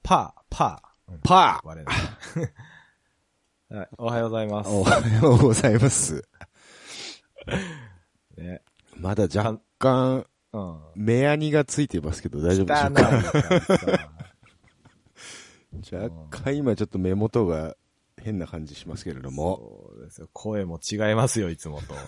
パー。 パー我々はい、おはようございます。 おはようございます。 ね、 まだ若干、目やにがついてますけど大丈夫でしょうか。若干今ちょっと目元が変な感じしますけれども。 そうですよ。声も違いますよ、いつもと。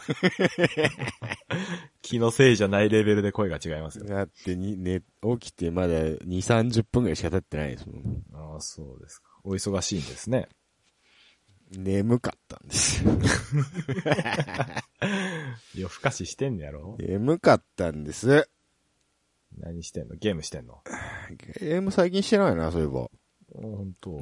気のせいじゃないレベルで声が違いますよ。 だって起きてまだ2、30分ぐらいしか経ってないですもん。 ああ、そうですか。お忙しいんですね。 眠かったんですよ。 夜更かししてんのやろ？ 眠かったんです。 何してんの？ゲームしてんの？ ゲーム最近してないな、そういえば。 ほんと。 うん。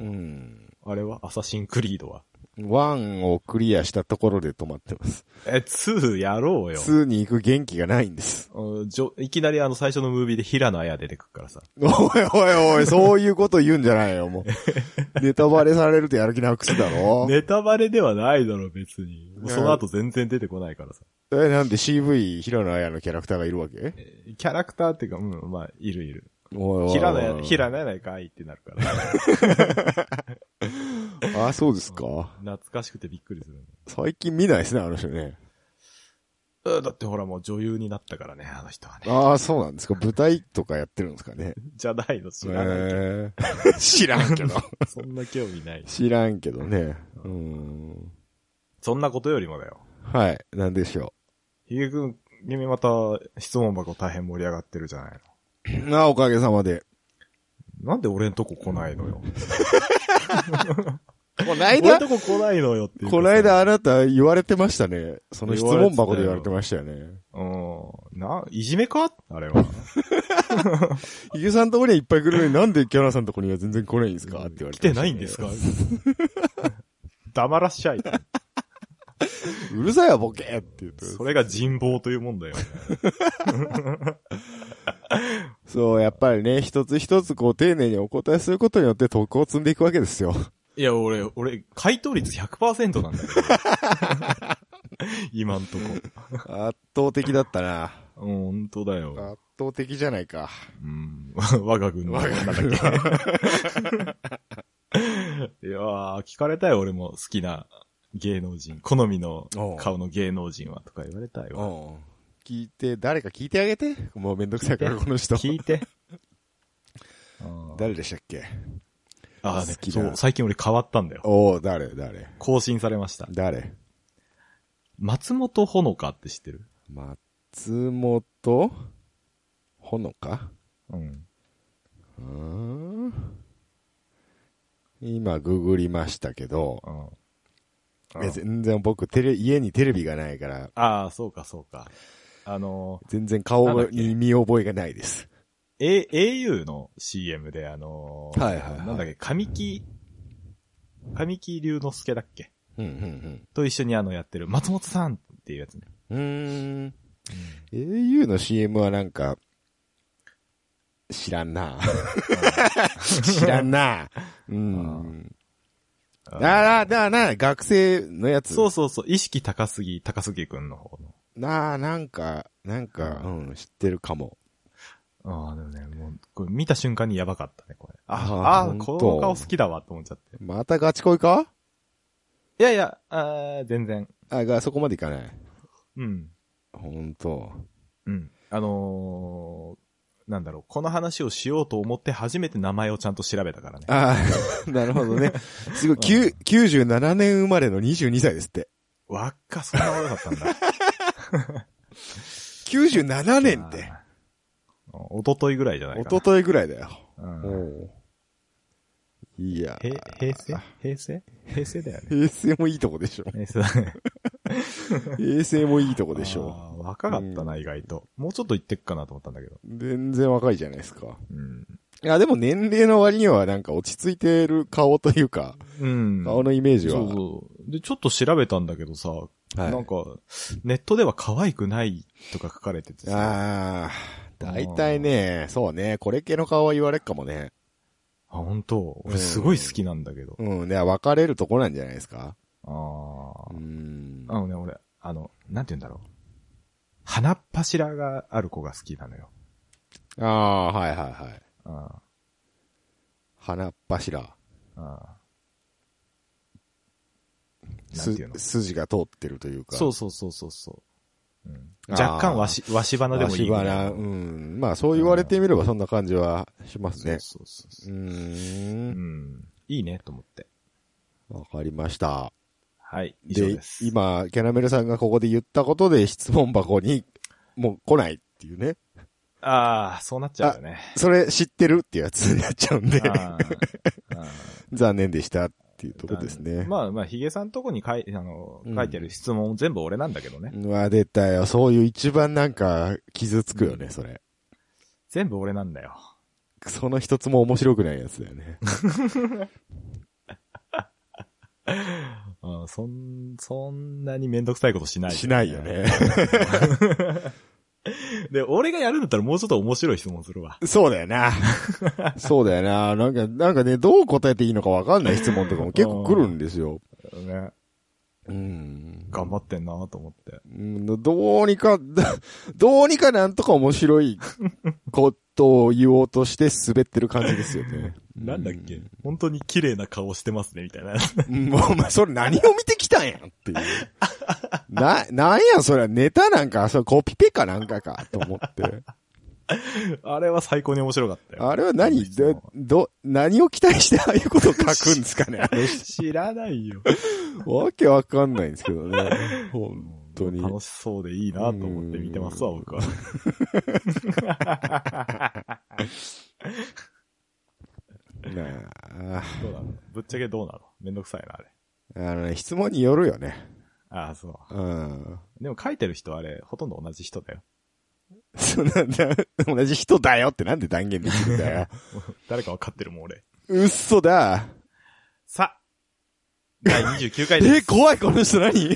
あれはアサシンクリードは 1をクリアしたところで止まってます。 2やろうよ。 2に行く元気がないんです。 いきなり最初のムービーで平野綾出てくっからさ。 おいおいおい、そういうこと言うんじゃないよ、もう。ネタバレされるとやる気なくすだろ。 ネタバレではないだろ、別に。その後全然出てこないからさ。 なんで CV 平野綾のキャラクターがいるわけ？ キャラクターっていうか、まあ、いる。 おいおいおい平野綾かいってなるから。 あ、そうですか。 懐かしくてびっくりする。 最近見ないですね、あの人ね。 だってほらもう女優になったからね、あの人はね。 ああ、そうなんですか。舞台とかやってるんですかね。 じゃないの、知らないけど。 知らんけど。 そんな興味ない。 知らんけどね。 そんなことよりもだよ。 はい、なんでしょう。ひげくん、君また質問箱大変盛り上がってるじゃないの。 おかげさまで。 なんで俺んとこ来ないのよ。 こないだ俺んとこ来ないのよっていう。 こないだあなた言われてましたね。その質問箱で言われてましたよね。 いじめかあれは。 ヒゲさんとこにはいっぱい来るのになんでキャラさんとこには全然来ないんですかって言われて、 来てないんですか黙らっしゃい。 うるさいわボケって言って。 それが人望というもんだよ、ね。 そう、やっぱりね、一つ一つこう丁寧にお答えすることによって徳を積んでいくわけですよ。 いや、俺、回答率 100% なんだよ。今んとこ。 圧倒的だったな。 ほんとだよ。 圧倒的じゃないか。 我が軍の。なんだっけ。いやー、聞かれたよ、俺も好きな芸能人。好みの顔の芸能人はとか言われたよ。 聞いて、誰か聞いてあげて。もうめんどくさいから、この人。 聞いて。 誰でしたっけ？ そう、最近俺変わったんだよ。 誰更新されました。 誰？ 松本穂香って知ってる？ 松本穂香？今ググりましたけど、全然僕家にテレビがないから。 ああ、そうか。 全然顔に見覚えがないです。 au の CM でなんだっけ、神木隆之介だっけ、と一緒にやってる松本さんっていうやつね。 au の CM はなんか、知らんな。知らんな。学生のやつ。 そう。意識高杉くんの方の。 なんか、知ってるかも。 でもね、もう、これ見た瞬間にやばかったね、これ。この顔好きだわ、と思っちゃって。 またガチ恋か？ いや、全然。 そこまでいかない。ほんと。 なんだろう、この話をしようと思って初めて名前をちゃんと調べたからね。 なるほどね。すごい、97年生まれの22歳ですって。 そんな悪かったんだ。 97年って。 一昨日ぐらいじゃないかな。 一昨日ぐらいだよ。いや。 平成だよね。 平成もいいとこでしょ。平成もいいとこでしょ。 若かったな、意外と。もうちょっと言ってっかなと思ったんだけど。 全然若いじゃないですか。いや、でも年齢の割にはなんか落ち着いてる顔というか、顔のイメージは。 そう。で、ちょっと調べたんだけどさ、なんか、ネットでは可愛くないとか書かれててさ。 大体ね、そうね、これ系の顔は言われっかもね。 本当？俺すごい好きなんだけど。 別れるとこなんじゃないですか？俺、 なんて言うんだろう。鼻っ柱がある子が好きなのよ。 はい。 鼻っ柱。 ああ。 筋が通ってるというか。 そうそうそうそうそう。うん、若干わし鼻でもいい。 わし鼻、うん。まあそう言われてみればそんな感じはしますね。 そうそうそう。うん。いいねと思って。 わかりました。 はい。以上です。 で、今、キャナメルさんがここで言ったことで質問箱にもう来ないっていうね。 ああ、そうなっちゃうよね。 それ知ってるっていうやつになっちゃうんで。残念でしたっていうとこですね。 まあまあ、ヒゲさんとこに書いてる質問全部俺なんだけどね。 うわ、出たよ。そういう一番なんか傷つくよね、それ。 全部俺なんだよ。 その一つも面白くないやつだよね。 そんなにめんどくさいことしない、 ね。しないよね。 で、俺がやるんだったらもうちょっと面白い質問するわ。 そうだよな。そうだよな。なんかね、どう答えていいのかわかんない質問とかも結構来るんですよ。 ね。頑張ってんなと思って。 どうにかなんとか面白いことを言おうとして滑ってる感じですよね。 なんだっけ、本当に綺麗な顔してますね、みたいな。 もうお前それ何を見てきたんやんっていう。なんやそれはネタなんか、それコピペかなんかかと思って。 あれは最高に面白かったよ。 あれは何を期待してああいうことを書くんですかね、 知らないよ。 わけわかんないんですけどね。本当に。 楽しそうでいいなと思って見てますわ、僕は。どうなの？ぶっちゃけどうなの？めんどくさいな、あれ。 質問によるよね。 ああ、そう。でも書いてる人はあれ、ほとんど同じ人だよ。 同じ人だよってなんで断言できるんだよ。 誰か分かってるもん、俺。 嘘だ。 さ、第29回です。 怖い、この人何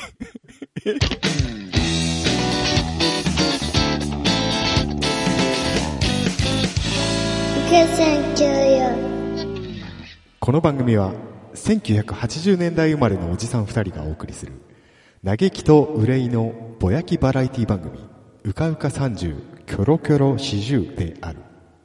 この番組は1980年代生まれのおじさん2人がお送りする嘆きと憂いのぼやきバラエティ番組うかうか30キョロキョロ40である。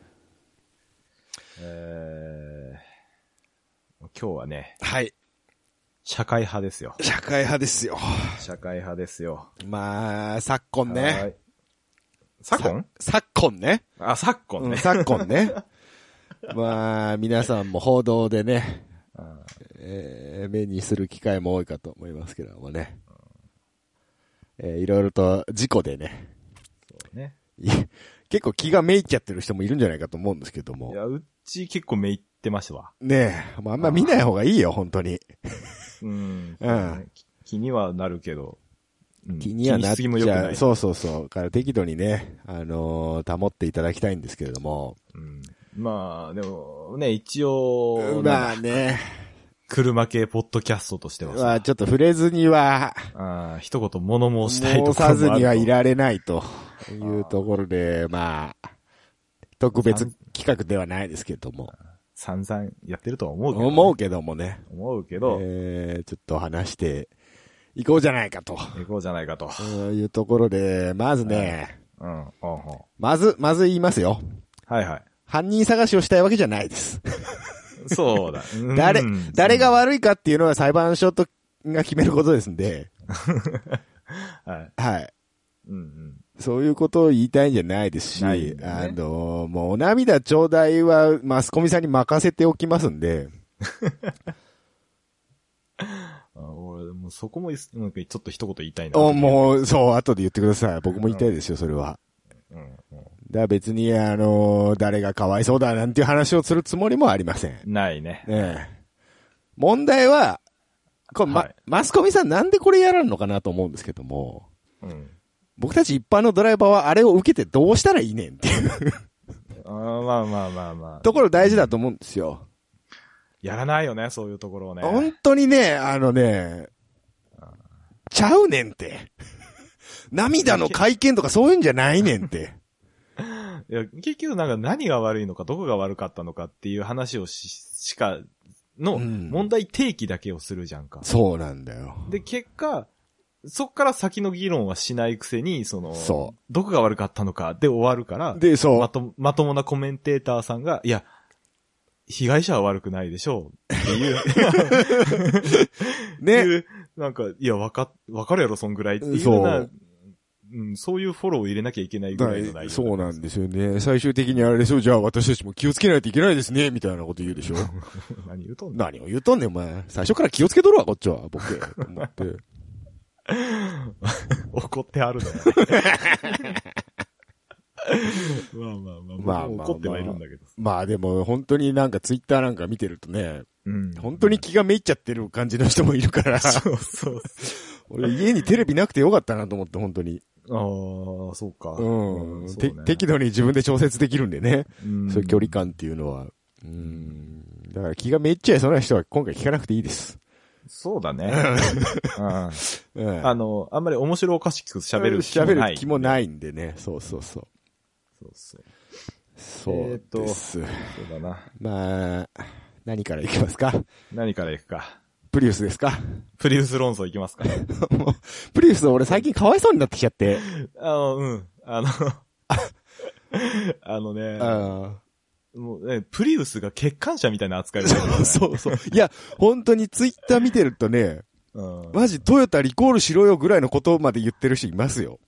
今日はね、 はい、 社会派ですよ。 社会派ですよ。 社会派ですよ。 まあ昨今ね。 昨今ね。 あ、昨今ね。 昨今ね。まあ皆さんも報道でね、目にする機会も多いかと思いますけどもね。いろいろと事故でね。 そうね。 結構気がめいっちゃってる人もいるんじゃないかと思うんですけども。 いや、うち結構めいってましたわ。 ねえ、まあ、あんま見ない方がいいよ、本当に。 気にはなるけど。 気にはなっちゃう。そう。から適度にね、保っていただきたいんですけれども。 まあ、でもね、一応。 まあね。 車系ポッドキャストとしてはさ。 まあちょっと触れずには。 一言物申したいところもあると。 申さずにはいられないというところで、まあ、特別企画ではないですけども。 散々やってるとは思うけど、 ね。思うけどもね。 思うけど。 ちょっと話していこうじゃないかと。いうところで、まずね。まず言いますよ。 はいはい。 犯人探しをしたいわけじゃないです。 そうだ。 誰が悪いかっていうのは裁判所が決めることですんで。 はい。 はい。そういうことを言いたいんじゃないですし、ね、もうお涙ちょうだいはマスコミさんに任せておきますんで。 俺、もうそこもなんかちょっと一言言いたいな。 もう、そう、後で言ってください。僕も言いたいですよ、それは。だから別に、誰がかわいそうだなんていう話をするつもりもありません。 ないね。 問題は、マスコミさんなんでこれやらんのかなと思うんですけども、僕たち一般のドライバーはあれを受けてどうしたらいいねんっていうまあ。 ところ大事だと思うんですよ。 やらないよね、そういうところをね。 本当にね、ちゃうねんって。涙の会見とかそういうんじゃないねんって。 いや、結局なんか何が悪いのか、どこが悪かったのかっていう話をの問題提起だけをするじゃんか。 そうなんだよ。 で、結果、そっから先の議論はしないくせに、どこが悪かったのかで終わるから、 で、 まともなコメンテーターさんが、いや、 被害者は悪くないでしょうっていう。 ね。 なんか、いや、わかるやろ、そんぐらいっていうような、そういうフォローを入れなきゃいけないぐらいの内容。 そうなんですよね。最終的にあれでしょ、じゃあ私たちも気をつけないといけないですね、みたいなこと言うでしょ。 何言うとんねん。 何を言うとんねん、お前。最初から気をつけとるわ、こっちは、ボケ。と思って。 怒ってあるのよね。まあ怒ってはいるんだけど。 まあでも本当になんかツイッターなんか見てるとね、本当に気がめいっちゃってる感じの人もいるから。 そうそう。 俺家にテレビなくてよかったなと思って、本当に。 ああ、そうか。 適度に自分で調節できるんでね。そういう距離感っていうのは。だから気がめいっちゃいそうな人は今回聞かなくていいです。 そうだね。あんまり面白おかしく喋る気もないんでね。そうそうそう。そうです。そうだな。 まあ、何からいきますか？ 何からいくか。 プリウスですか？ プリウス論争いきますか？ もうプリウス俺最近かわいそうになってきちゃって。 もうね、プリウスが欠陥者みたいな扱いをされてる、ね。 そうそう。いや、本当にツイッター見てるとね、マジトヨタリコールしろよぐらいのことまで言ってる人いますよ。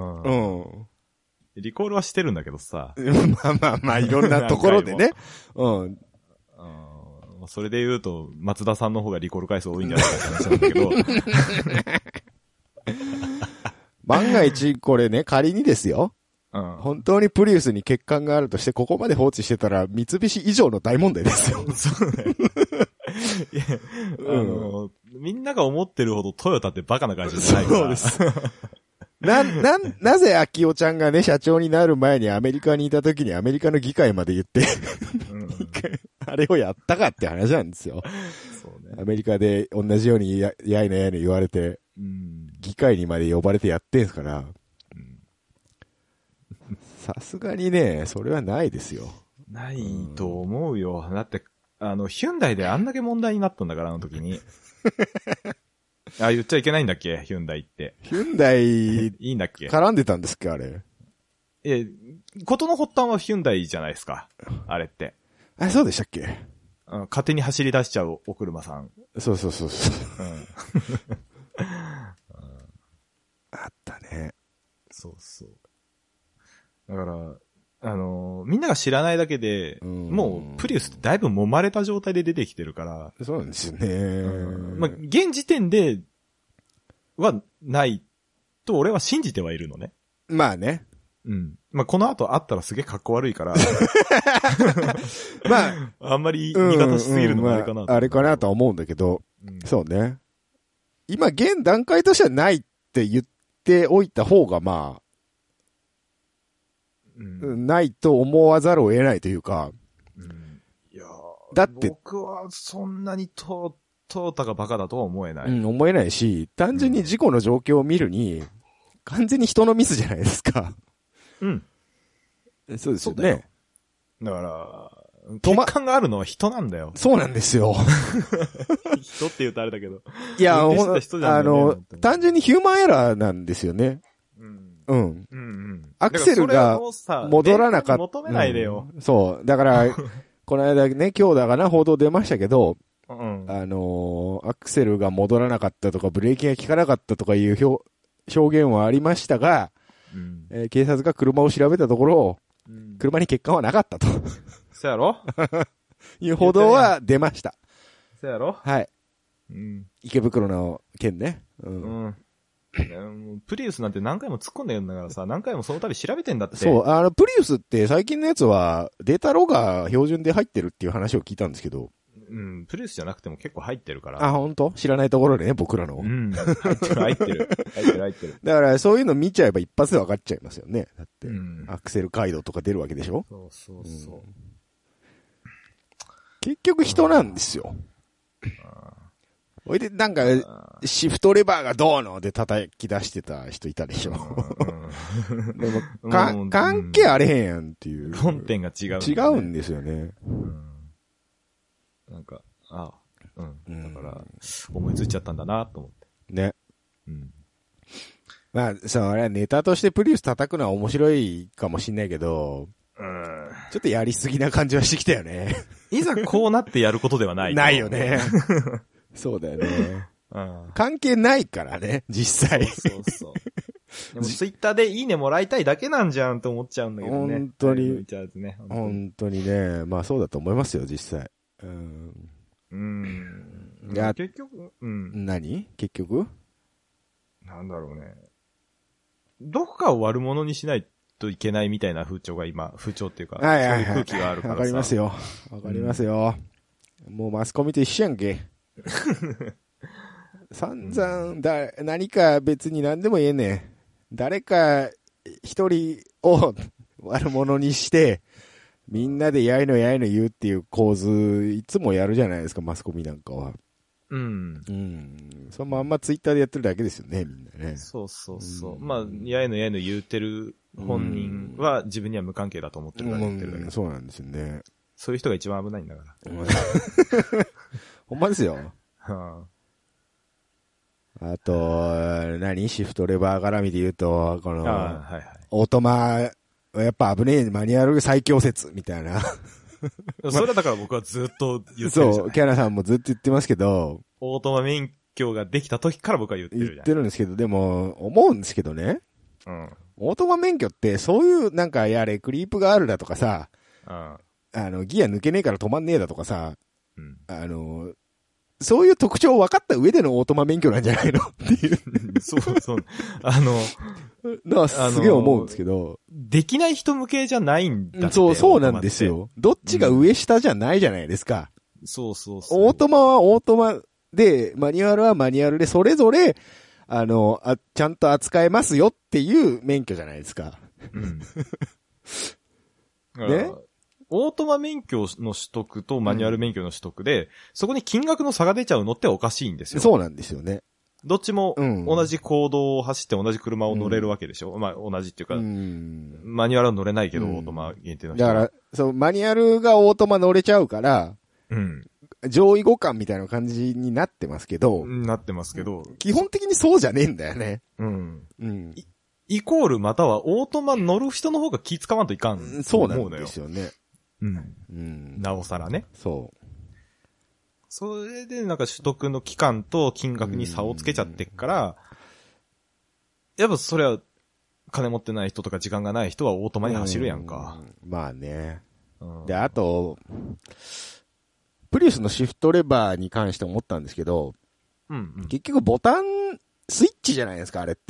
リコールはしてるんだけどさ。 まあ、いろんなところでね。 それで言うと、松田さんの方がリコール回数多いんじゃないかって話なんだけど。 万が一、これね、仮にですよ。本当にプリウスに欠陥があるとして、ここまで放置してたら、三菱以上の大問題ですよ。 そうね。いや、みんなが思ってるほどトヨタってバカな会社じゃないから。そうです。 なぜ秋代ちゃんがね、社長になる前にアメリカにいた時にアメリカの議会まで言って、あれをやったかって話なんですよ。そうね。アメリカで同じようにやいの言われて、議会にまで呼ばれてやってんすから、さすがにね、それはないですよ。 ないと思うよ。だって、ヒュンダイであんだけ問題になったんだから、あの時に。言っちゃいけないんだっけヒュンダイって。 ヒュンダイ、 いいんだっけ絡んでたんですっけあれ。 ことの発端はヒュンダイじゃないですか。あれって。 そうでしたっけ勝手に走り出しちゃうお車さん。 そう。あったね。 そう。だから、みんなが知らないだけで、もう、プリウスってだいぶ揉まれた状態で出てきてるから。 そうなんですよね。 まあ、現時点ではないと俺は信じてはいるのね。 まあね。 まあ、この後会ったらすげえ格好悪いから。 まあ、 あんまり言い方しすぎるのもあれかな、 あれかなとは思うんだけど、そうね。今、現段階としてはないって言っておいた方が、まあ、ないと思わざるを得ないというか。 いやだって。 僕はそんなにトヨタがバカだとは思えない。 思えないし、単純に事故の状況を見るに、完全に人のミスじゃないですか。そうですよね。 だから、欠陥があるのは人なんだよ。 そうなんですよ。 人って言うとあれだけど。 いや、単純にヒューマンエラーなんですよね。アクセルが戻らなかった。 求めないでよ。 そう。だから、この間ね、今日だかな報道出ましたけど、アクセルが戻らなかったとか、ブレーキが効かなかったとかいう表現はありましたが、警察が車を調べたところ、車に欠陥はなかったと。 そうやろいう報道は出ました。 そうやろはい。池袋の件ね。 プリウスなんて何回も突っ込んでるんだからさ、何回もその度調べてんだって。 そう、プリウスって最近のやつはデータロガー標準で入ってるっていう話を聞いたんですけど。 プリウスじゃなくても結構入ってるから。 本当？知らないところでね、僕らの。 入ってる。 だからそういうの見ちゃえば一発で分かっちゃいますよね。だって、アクセル街道とか出るわけでしょ？ そう。 結局人なんですよ。おいで、なんか、シフトレバーがどうので叩き出してた人いたでしょ。でも、関係あれへんやんっていう。 論点が違う、 違うんですよね。 なんか、だから、思いついちゃったんだなと思って。 ね。まあ、それはネタとしてプリウス叩くのは面白いかもしんないけど、ちょっとやりすぎな感じはしてきたよね。 いざこうなってやることではない。 ないよね。そうだよね。うん、関係ないからね、実際。 そうそう。でもツイッターでいいねもらいたいだけなんじゃんと思っちゃうんだけどね。 本当に。 ね、 本当にね。まあそうだと思いますよ、実際。いや、 結局、 何結局なんだろうね。どこかを悪者にしないといけないみたいな風潮が今、風潮っていうか、そういう空気があるからさ。 わかりますよ。わかりますよ。もうマスコミと一緒やんけ。散々、何か別に何でも言えねえ。誰か一人を悪者にして、みんなでやいの言うっていう構図、いつもやるじゃないですか、マスコミなんかは。そのまんまツイッターでやってるだけですよね、みんなね。 そうそうそう。まあ、やいの言うてる本人は自分には無関係だと思ってるから言ってるだけ。 そうなんですよね。 そういう人が一番危ないんだから。 ほんまですよ。あと、シフトレバー絡みで言うと、この、オートマ、やっぱ危ねえ、マニュアル最強説、みたいな。 それはだから僕はずっと言ってるじゃん。 そう、キャラさんもずっと言ってますけど、 オートマ免許ができた時から僕は言ってるじゃん。 言ってるんですけど、でも、思うんですけどね。オートマ免許って、そういうなんかやれ、クリープがあるだとかさ、ギア抜けねえから止まんねえだとかさ、そういう特徴を分かった上でのオートマ免許なんじゃないのっていう。 そう。 すげえ思うんですけど。 できない人向けじゃないんだって。 そうなんですよ。どっちが上下じゃないじゃないですか。 そう。 オートマはオートマで、マニュアルはマニュアルで、それぞれ、ちゃんと扱えますよっていう免許じゃないですか。 ね？オートマ免許の取得とマニュアル免許の取得で、そこに金額の差が出ちゃうのっておかしいんですよ。 そうなんですよね。 どっちも同じ公道を走って同じ車を乗れるわけでしょ。まあ同じっていうか、マニュアルは乗れないけど、オートマ限定の人は。 だから、マニュアルがオートマ乗れちゃうから、上位互換みたいな感じになってますけど、基本的にそうじゃねえんだよね。イコールまたはオートマ乗る人の方が気使わんといかんと思うのよ。 そうなんですよね。 なおさらね。 そう。 それでなんか取得の期間と金額に差をつけちゃってっから、やっぱそれは金持ってない人とか時間がない人はオートマに走るやんか。 まあね。で、あと、プリウスのシフトレバーに関して思ったんですけど、結局ボタン、スイッチじゃないですか、あれって。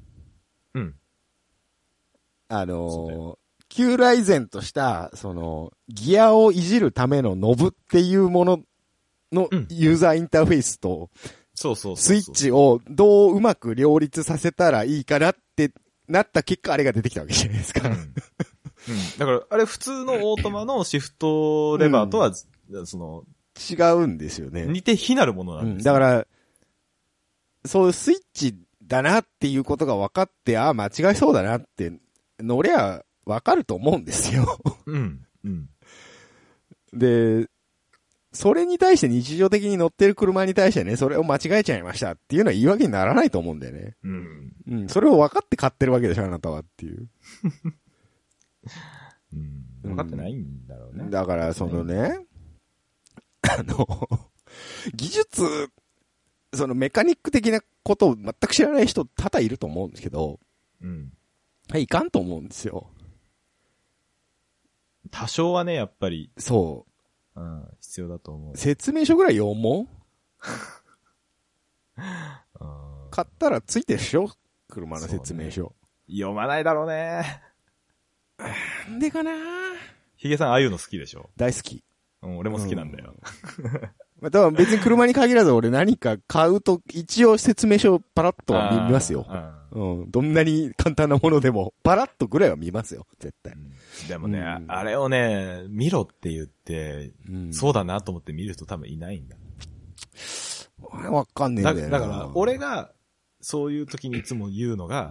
旧来然とした、ギアをいじるためのノブっていうもののユーザーインターフェースと、スイッチをどううまく両立させたらいいかなってなった結果、あれが出てきたわけじゃないですか。 だから、あれ普通のオートマのシフトレバーとは、 違うんですよね。 似て非なるものなんです、 だから、そういうスイッチだなっていうことが分かって、間違いそうだなって乗りゃわかると思うんですよ。で、それに対して日常的に乗ってる車に対してね、それを間違えちゃいましたっていうのは言い訳にならないと思うんだよね。それを分かって買ってるわけでしょ、あなたはっていう。 分かってないんだろうね。 だから、技術、メカニック的なことを全く知らない人多々いると思うんですけど、いかんと思うんですよ。 多少はね、やっぱり。 そう。 必要だと思う。 説明書ぐらい読もう買ったらついてるでしょ車の説明書、 読まないだろうね。 なんでかなヒゲさん、ああいうの好きでしょ？ 大好き。 俺も好きなんだよ。 多分別に車に限らず俺何か買うと一応説明書をパラッとは見ますよ。どんなに簡単なものでもパラッとぐらいは見ますよ、絶対。 でもね、あれをね、見ろって言って、そうだなと思って見る人多分いないんだ。 わかんねえんだよな。 だから、俺がそういう時にいつも言うのが、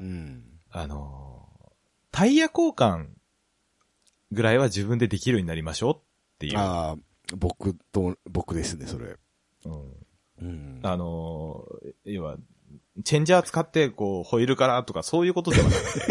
タイヤ交換ぐらいは自分でできるようになりましょうっていう。 僕ですね、それ。 要は、 チェンジャー使って、こう、ホイールからとか、そういうことでは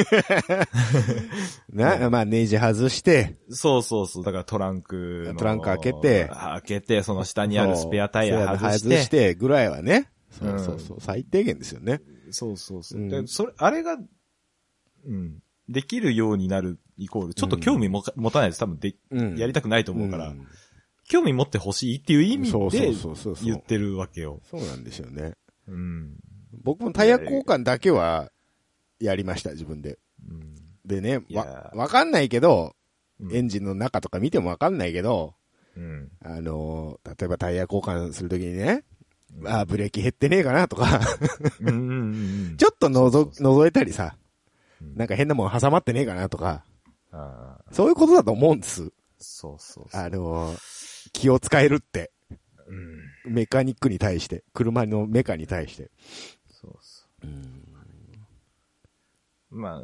なくて。 まあ、ネジ外して、 そうそうそう。だからトランクの。 トランク開けて、 その下にあるスペアタイヤ外して。 外してぐらいはね。そうそうそう。最低限ですよね。 そうそうそう。 うんで、あれが、できるようになるイコール、ちょっと興味持たないと多分やりたくないと思うから、興味持ってほしいっていう意味で言ってるわけよ。 そうなんですよね。 うん。 僕もタイヤ交換だけはやりました、自分で。でね、わかんないけど、エンジンの中とか見てもわかんないけど、例えばタイヤ交換するときにね、ブレーキ減ってねえかなとか、ちょっと覗いたりさ、なんか変なもん挟まってねえかなとか、そういうことだと思うんです。 そう。 気を使えるって。メカニックに対して、車のメカに対して。 そうそう。まあ、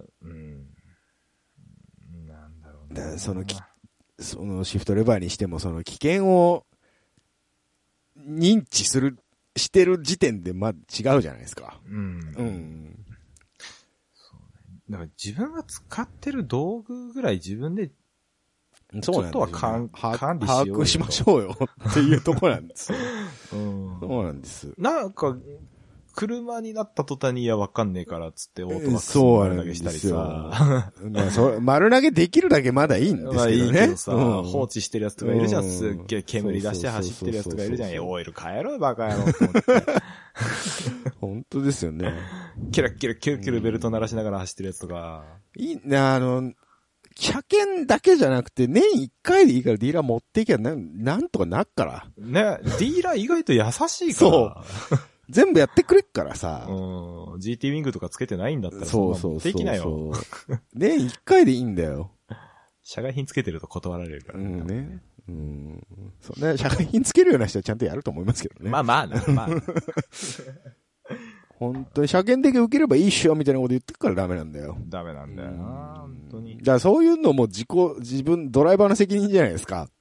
なんだろうね。 そのシフトレバーにしても、その危険を認知してる時点で違うじゃないですか。 そうね。だから自分が使ってる道具ぐらい自分でちょっとは管理しようよ。 把握しましょうよっていうところなんですよ。そうなんです。 なんか、車になった途端にわかんねえからっつってオートバックス丸投げしたりさ。 丸投げできるだけまだいいんですけどね。 いいけどさ、放置してるやつとかいるじゃん。すっげえ煙出して走ってるやつとかいるじゃん。オイル変えろよ、バカ野郎と思って。 本当ですよね。 キラキラキュルキュルベルト鳴らしながら走ってるやつとか。 いいな、車検だけじゃなくて、年1回でいいからディーラー持っていけばなんとかなっから。 ね、ディーラー意外と優しいから。 そう。全部やってくれっからさ。 GT ウィングとかつけてないんだったらそうできないよ。 年1回でいいんだよ。 社外品つけてると断られるからね。そうね、社外品つけるような人はちゃんとやると思いますけどね。 まあな。 本当に車検だけ受ければいいっしょみたいなこと言ってくからダメなんだよ。 ダメなんだよな、本当に。 だからそういうのも自分、ドライバーの責任じゃないですか。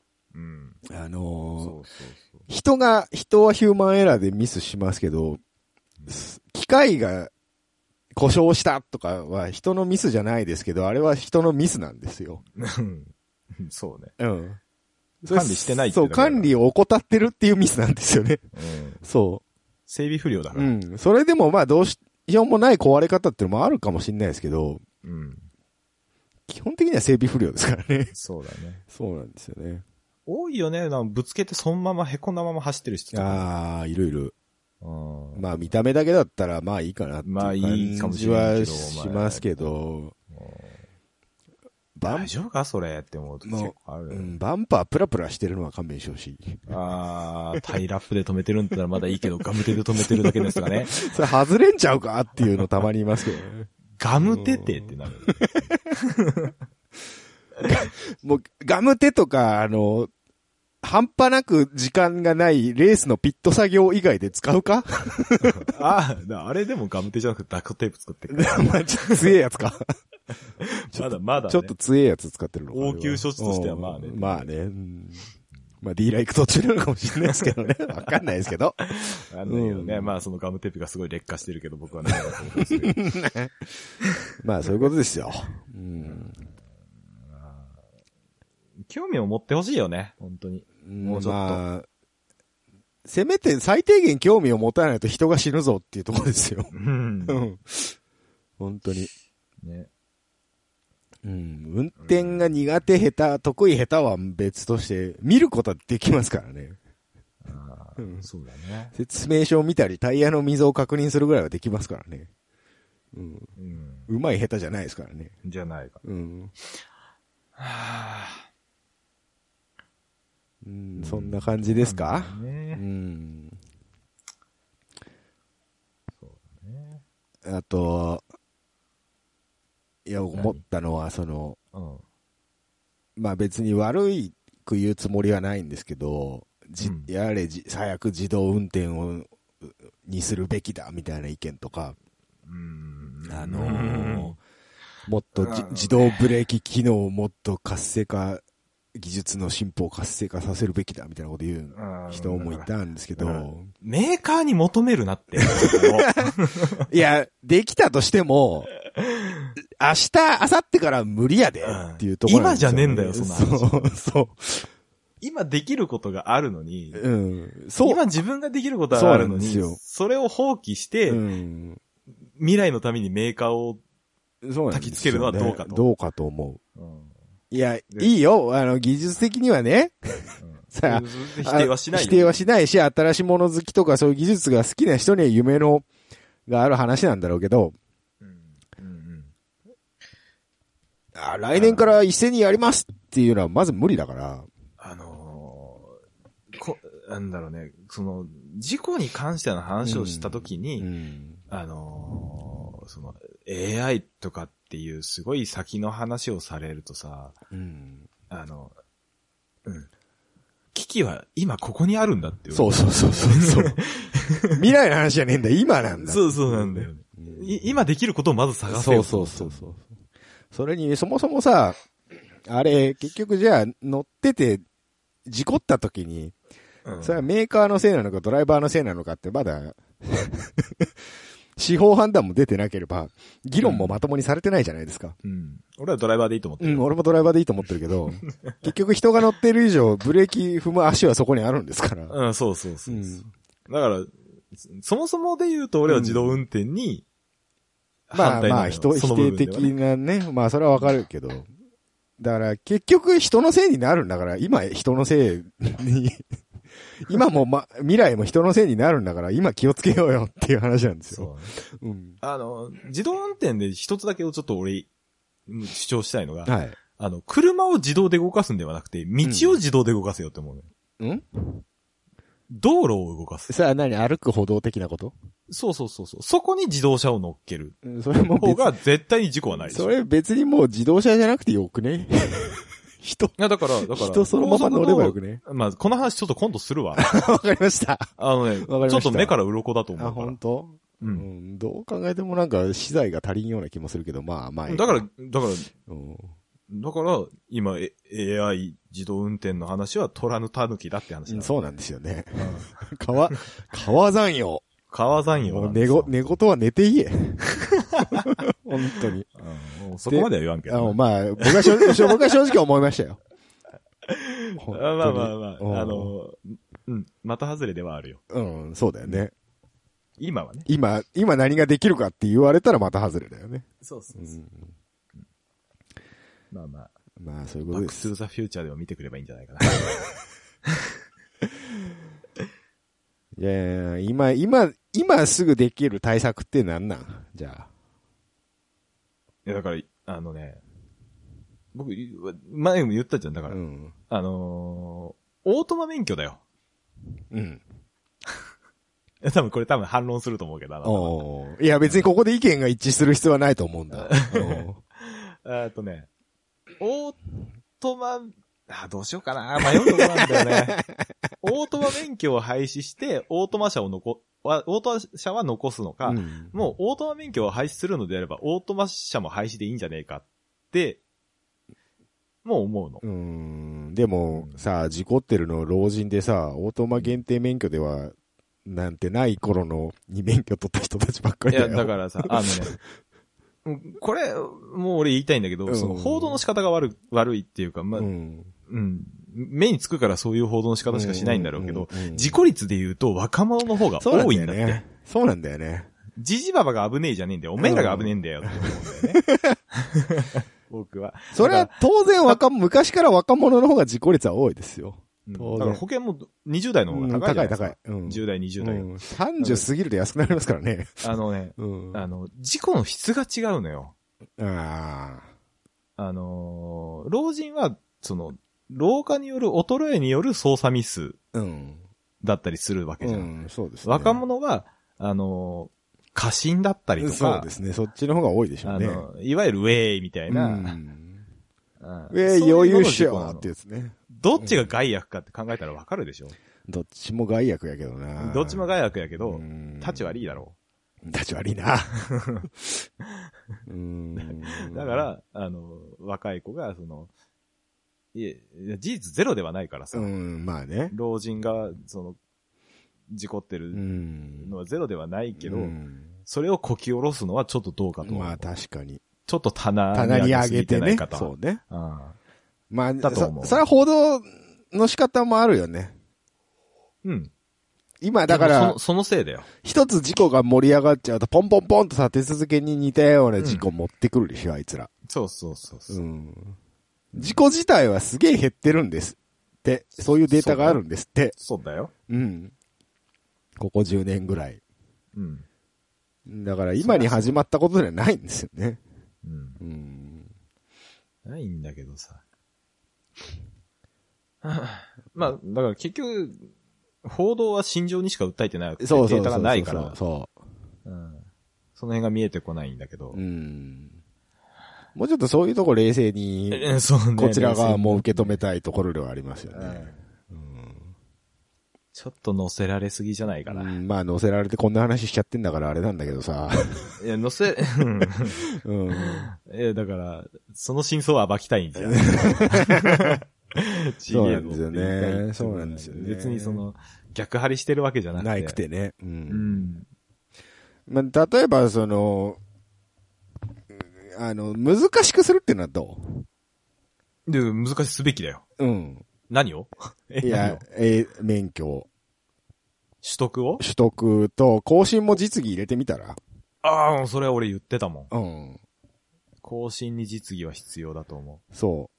人はヒューマンエラーでミスしますけど、機械が故障したとかは人のミスじゃないですけど、あれは人のミスなんですよ。 そうね。 管理してないって。 そう、管理を怠ってるっていうミスなんですよね。そう。 整備不良だから。 それでもどうしようもない壊れ方っていうのもあるかもしれないですけど、基本的には整備不良ですからね。 そうだね。 そうなんですよね。 多いよね。ぶつけてそのまま凹んだまま走ってる人とか。いる。まあ見た目だけだったらいいかなっていう感じはしますけど、 大丈夫かそれって思うと結構ある。 バンパープラプラしてるのは勘弁してほしい。 タイラップで止めてるんだったらまだいいけど、ガムテで止めてるだけですかね。 それ外れんちゃうかっていうのたまに言いますけどね。 ガムテってなる。 もう、ガムテとか、半端なく時間がないレースのピット作業以外で使うかあれでもガムテじゃなくてダクトテープ使ってるから。 まあ、ちょっと強いやつか。 まだ、ね。 ちょっと強いやつ使ってるのか。 応急処置としてはまあね。 まあね。まあ、ディーラー行く途中なのかもしれないですけどね。わかんないですけど。 わかんないけどね。まあ、そのガムテープがすごい劣化してるけど、僕はね。 まあ、そういうことですよ。 興味を持ってほしいよね。本当に。もうちょっと。まあ、 せめて最低限興味を持たないと人が死ぬぞっていうところですよ。本当に。ね。運転が苦手下手、得意下手は別として、見ることはできますからね。 そうだね。 説明書を見たり、タイヤの溝を確認するぐらいはできますからね。うまい下手じゃないですからね。 じゃないか。 そんな感じですか？ そうだね。 あと、思ったのは、まあ別に悪く言うつもりはないんですけど、早く自動運転にするべきだみたいな意見とか、もっと自動ブレーキ機能をもっと活性化技術の進歩を活性化させるべきだみたいなこと言う人もいたんですけど。 メーカーに求めるなって。 いや、できたとしても、明日、明後日から無理やでっていうところなんですよ、 今じゃねえんだよ、そんな話。 そう。 今できることがあるのに、 うん。そう。 今自分ができることがあるのに、それを放棄して、未来のためにメーカーを焚きつけるのはどうかと。 どうかと思う。いや、いいよ。技術的にはね。さあ、 否定はしない。 否定はしないし、新しいもの好きとかそういう技術が好きな人には夢のがある話なんだろうけど、来年から一斉にやりますっていうのはまず無理だから。 なんだろうね、その、事故に関しての話をしたときに、その、AI とかっていうすごい先の話をされるとさ、危機は今ここにあるんだっていう。 そう。未来の話じゃねえんだ、今なんだ。 そうなんだよね。今できることをまず探せよ。 そう。それに、そもそもさ、あれ、結局じゃあ乗ってて事故った時に、それはメーカーのせいなのかドライバーのせいなのかってまだ、司法判断も出てなければ、議論もまともにされてないじゃないですか。 俺はドライバーでいいと思ってる。 俺もドライバーでいいと思ってるけど、結局人が乗ってる以上、ブレーキ踏む足はそこにあるんですから。 そう。だから、そもそもで言うと俺は自動運転に、 まあ、否定的なね。まあ、それはわかるけど。だから、結局人のせいになるんだから、今人のせいに、今も未来も人のせいになるんだから、今気をつけようよっていう話なんですよ。 そうね。自動運転で一つだけをちょっと俺、主張したいのが、はい。車を自動で動かすんではなくて、道を自動で動かせよって思うの。道路を動かす。 それは何？歩く歩道的なこと？ そう。そこに自動車を乗っける。それも方が絶対に事故はないでしょ。 それ別にもう自動車じゃなくてよくね？人。いや、だから、 人そのまま乗ればよくね。 まあ、この話ちょっと今度するわ。 わかりました。 ちょっと目から鱗だと思うから。 本当？どう考えてもなんか資材が足りんような気もするけど、まあ。 だから、今、AI 自動運転の話は虎の狸だって話だ、 そうなんですよね。川山用。 川山用。 寝言は寝て言え。本当に。 そこまでは言わんけど。 まあ、僕は正直思いましたよ。 まあ、的外れではあるよ。 そうだよね。 今はね。 今何ができるかって言われたらまた外れだよね。 そう。まあ、そういうことです。 バックトゥーザフューチャーでも見てくればいいんじゃないかな。 いや、今すぐできる対策って何なんじゃあ。 いや、だから、僕、前も言ったじゃん、だから。オートマ免許だよ。多分反論すると思うけど。 いや、別にここで意見が一致する必要はないと思うんだ。 オートマ、どうしようかな。迷うとこなんだよね。オートマ免許を廃止して、オートマ車は残すのか、もうオートマ免許を廃止するのであれば、オートマ車も廃止でいいんじゃねえかって、もう思うの。でも、さ、事故ってるの老人でさ、オートマ限定免許では、なんてない頃のに免許取った人たちばっかりだよ。 いや、だからさ、これ、もう俺言いたいんだけど、その報道の仕方が悪いっていうか、目につくからそういう報道の仕方しかしないんだろうけど、事故率で言うと若者の方が多いんだって。 そうなんだよね。 ジジババが危ねえじゃねえんだよ。おめえらが危ねえんだよって思うんだよね。僕は。 それは当然昔から若者の方が事故率は多いですよ。 だから保険も20代の方が高いじゃないですか。高い。10代、20代。 30過ぎると安くなりますからね。 事故の質が違うのよ。老人は、老化による衰えによる操作ミスだったりするわけじゃん。 そうですね。 若者は、過信だったりとか。 そうですね。そっちの方が多いでしょうね。 いわゆるウェイみたいな。 ウェイ余裕しようってやつね。 どっちが害悪かって考えたらわかるでしょ？ どっちも害悪やけどな。 どっちも害悪やけど、立ち悪いだろう。立ち悪いな。 だから、若い子が、 いや、事実ゼロではないからさ。 まあね。 老人が、事故ってるのはゼロではないけど、それをこき下ろすのはちょっとどうかと思う。 まあ確かに。 ちょっと棚に上げてね。 そうね。まあ、 だと思う。 それは報道の仕方もあるよね。 うん。 今だから、 そのせいだよ。 一つ事故が盛り上がっちゃうと、ポンポンポンと立て続けに似たような事故持ってくるでしょ、あいつら。 そう。 事故自体はすげえ減ってるんですって。そういうデータがあるんですって。 そうだよ。 ここ10年ぐらい。だから今に始まったことではないんですよね。 ないんだけどさ。まあ、だから結局、報道は心情にしか訴えてないわけで、データがないから。その辺が見えてこないんだけど。 もうちょっとそういうとこ冷静に、こちら側も受け止めたいところではありますよね。 ちょっと乗せられすぎじゃないかな。 まあ乗せられてこんな話しちゃってんだからあれなんだけどさ。 いや、だから、その真相を暴きたいんだよ。 そうなんですよね。そうなんですよね。 別に逆張りしてるわけじゃなくて。 ないくてね。まあ、例えば難しくするってのはどう？で、難しくすべきだよ。何を？ いや、免許。 取得と、更新も実技入れてみたら？ ああ、それは俺言ってたもん。更新に実技は必要だと思う。 そう。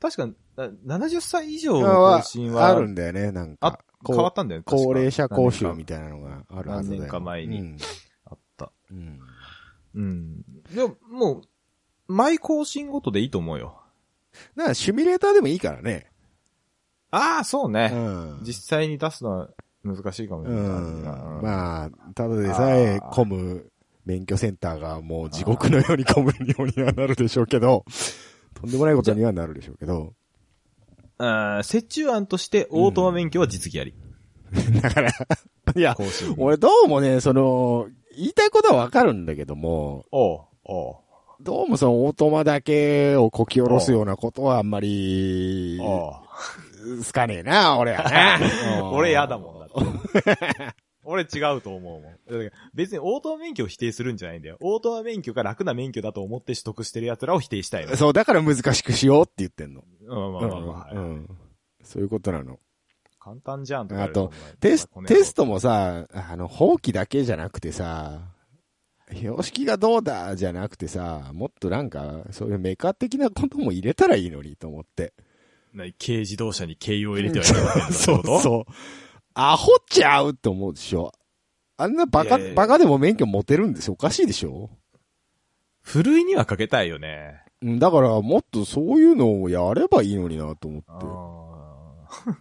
確か、70歳以上の更新は。 あるんだよね、なんか。 変わったんだよね。 高齢者講習みたいなのがあるはずだよ。 何年か前に。あった。でも、もう、毎更新ごとでいいと思うよ。 だからシミュレーターでもいいからね。 ああ、そうね。実際に出すのは難しいかもしれない。 まあ、ただでさえ混む免許センターがもう地獄のように混むようにはなるでしょうけど、とんでもないことにはなるでしょうけど。 折衷案としてオートマ免許は実技あり。 だから、いや、俺どうもね、言いたいことはわかるんだけども、どうもオートマだけをこき下ろすようなことはあんまり、すかねえな、俺はね。 俺やだもんだって。俺違うと思うもん。別にオートマ免許を否定するんじゃないんだよ。オートマ免許が楽な免許だと思って取得してる奴らを否定したいの。 そう、だから難しくしようって言ってんの。そういうことなの。 簡単じゃんとか。 あと、テストもさ、法規だけじゃなくてさ、標識がどうだじゃなくてさ、もっとなんか、そういうメカ的なことも入れたらいいのにと思って。 軽自動車に軽油を入れてはいけない。 そう。アホちゃうって思うでしょ。あんなバカでも免許持てるんですよ。おかしいでしょ。 ふるいにはかけたいよね。 だからもっとそういうのをやればいいのになと思って。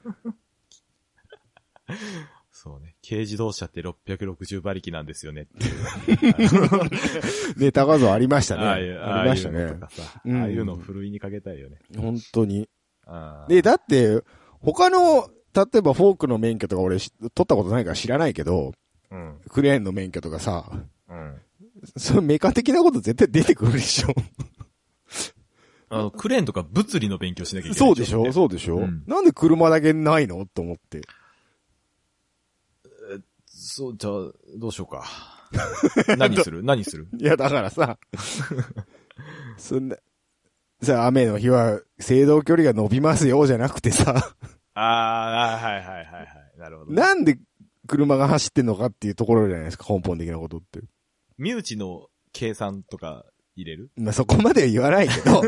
そうね。軽自動車って660馬力なんですよねってネタ画像ありましたね。 ありましたね。ああいうのをふるいにかけたいよね。 本当に。で、だって、他の、例えばフォークの免許とか俺取ったことないから知らないけど、クレーンの免許とかさ、そのメカ的なこと絶対出てくるでしょ。 クレーンとか物理の勉強しなきゃいけない。 そうでしょ、なんで車だけないのと思って。 じゃあ、どうしようか。何するいや、だからさ、雨の日は、制動距離が伸びますよ、じゃなくてさ。 はい。なるほど。 なんで車が走ってんのかっていうところじゃないですか、根本的なことって。 身内の計算とか入れる？ まあ、そこまでは言わないけど、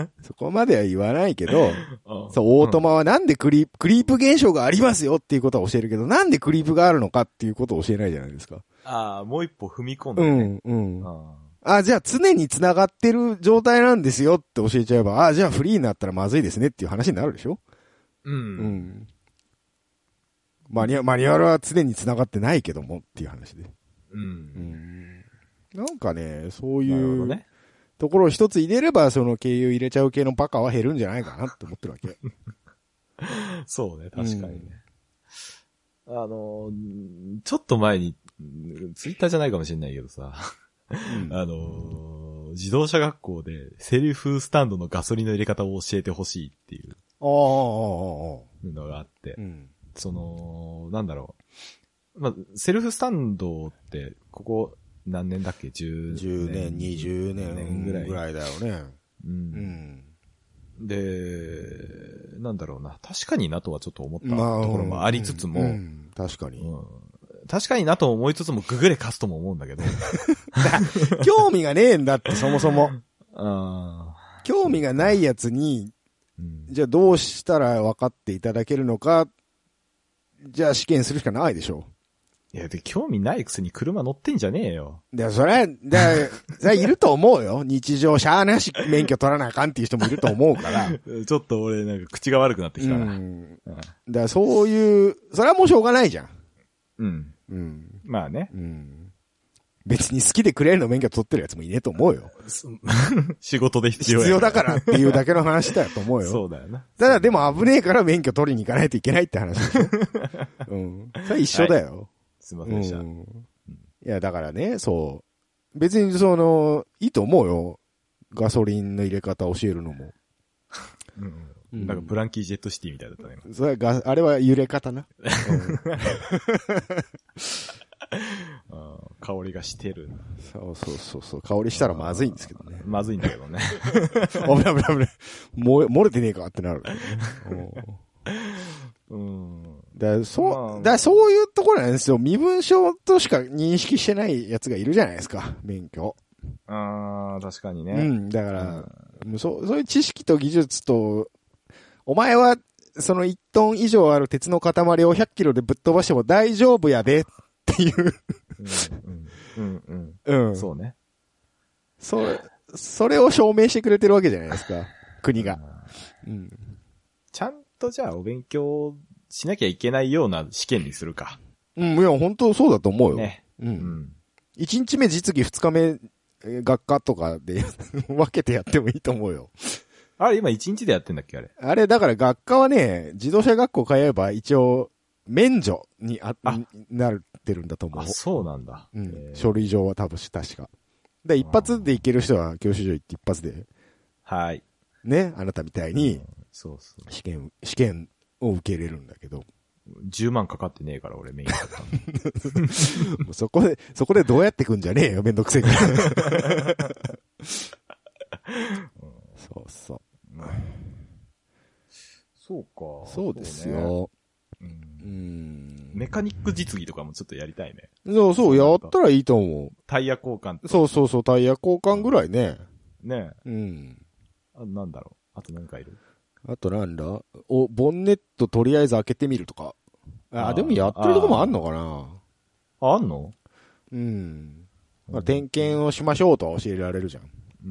そう、オートマはなんでクリープ現象がありますよっていうことは教えるけど、なんでクリープがあるのかっていうことを教えないじゃないですか。 もう一歩踏み込んでね。 じゃあ常に繋がってる状態なんですよって教えちゃえば、じゃあフリーになったらまずいですねっていう話になるでしょ？マニュアルは常に繋がってないけどもっていう話で。なんかね、そういうところを一つ入れれば、その経由入れちゃう系のバカは減るんじゃないかなって思ってるわけ。 そうね、確かにね。ちょっと前に、ツイッターじゃないかもしれないけどさ、自動車学校でセルフスタンドのガソリンの入れ方を教えてほしいっていういうのがあって、 うん、 なんだろう。まあ、セルフスタンドって、ここ何年だっけ ?10 年、20年ぐらいだよね。 うん。で、なんだろうな。確かになとはちょっと思ったところもありつつも、 確かに、 確かになと思いつつもググれ貸すとも思うんだけど。 興味がねえんだって、そもそも。 あ興味がないやつに、じゃあどうしたら分かっていただけるのか、じゃあ試験するしかないでしょ。 いや、で、興味ないくせに車乗ってんじゃねえよ。 それいると思うよ。日常、しゃーなし免許取らなあかんっていう人もいると思うから。 ちょっと俺、なんか口が悪くなってきたな。 そういう、それはもうしょうがないじゃん。 まあね。 別に好きでクレーンの免許取ってるやつもいねえと思うよ。 仕事で必要だからっていうだけの話だよと思うよ。 そうだよな。 ただでも危ねえから免許取りに行かないといけないって話でしょ。それ一緒だよ。 すいませんでした。 いや、だからね、そう。別にいいと思うよ。ガソリンの入れ方教えるのも。 なんかブランキージェットシティみたいだったね。 それあれは揺れ方な。 香りがしてる。 そう。香りしたらまずいんですけどね。 まずいんだけどね。 危ない。漏れてねえかってなる、そういうところなんですよ。身分証としか認識してないやつがいるじゃないですか、免許。 確かにね。 だから、そういう知識と技術と、お前は、その1トン以上ある鉄の塊を100キロでぶっ飛ばしても大丈夫やでっていう。 そうね。 それを証明してくれてるわけじゃないですか、国が。 ちゃんとじゃあお勉強しなきゃいけないような試験にするか。 いや、本当そうだと思うよ。 ね。 1日目実技2日目学科とかで分けてやってもいいと思うよ。 あれ今1日でやってんだっけあれ。 あれだから学科はね、自動車学校通えば一応免除になってるんだと思う。 そうなんだ。 書類上は確か。で、一発で行ける人は教習所行って一発で。 はい。 ね、あなたみたいに、試験を受けれるんだけど。 10万かかってねえから俺メインだった。 そこでどうやってくんじゃねえよ、めんどくせえから。そう。 そうか。 そうですよ。 メカニック実技とかもちょっとやりたいね。 そう、やったらいいと思う。 タイヤ交換。 そう、タイヤ交換ぐらいね。 ねえ。なんだろう。あと何かいる？ あとなんだ？ボンネットとりあえず開けてみるとか。でもやってるとこもあんのかな？ あんの？ 点検をしましょうとは教えられるじゃん。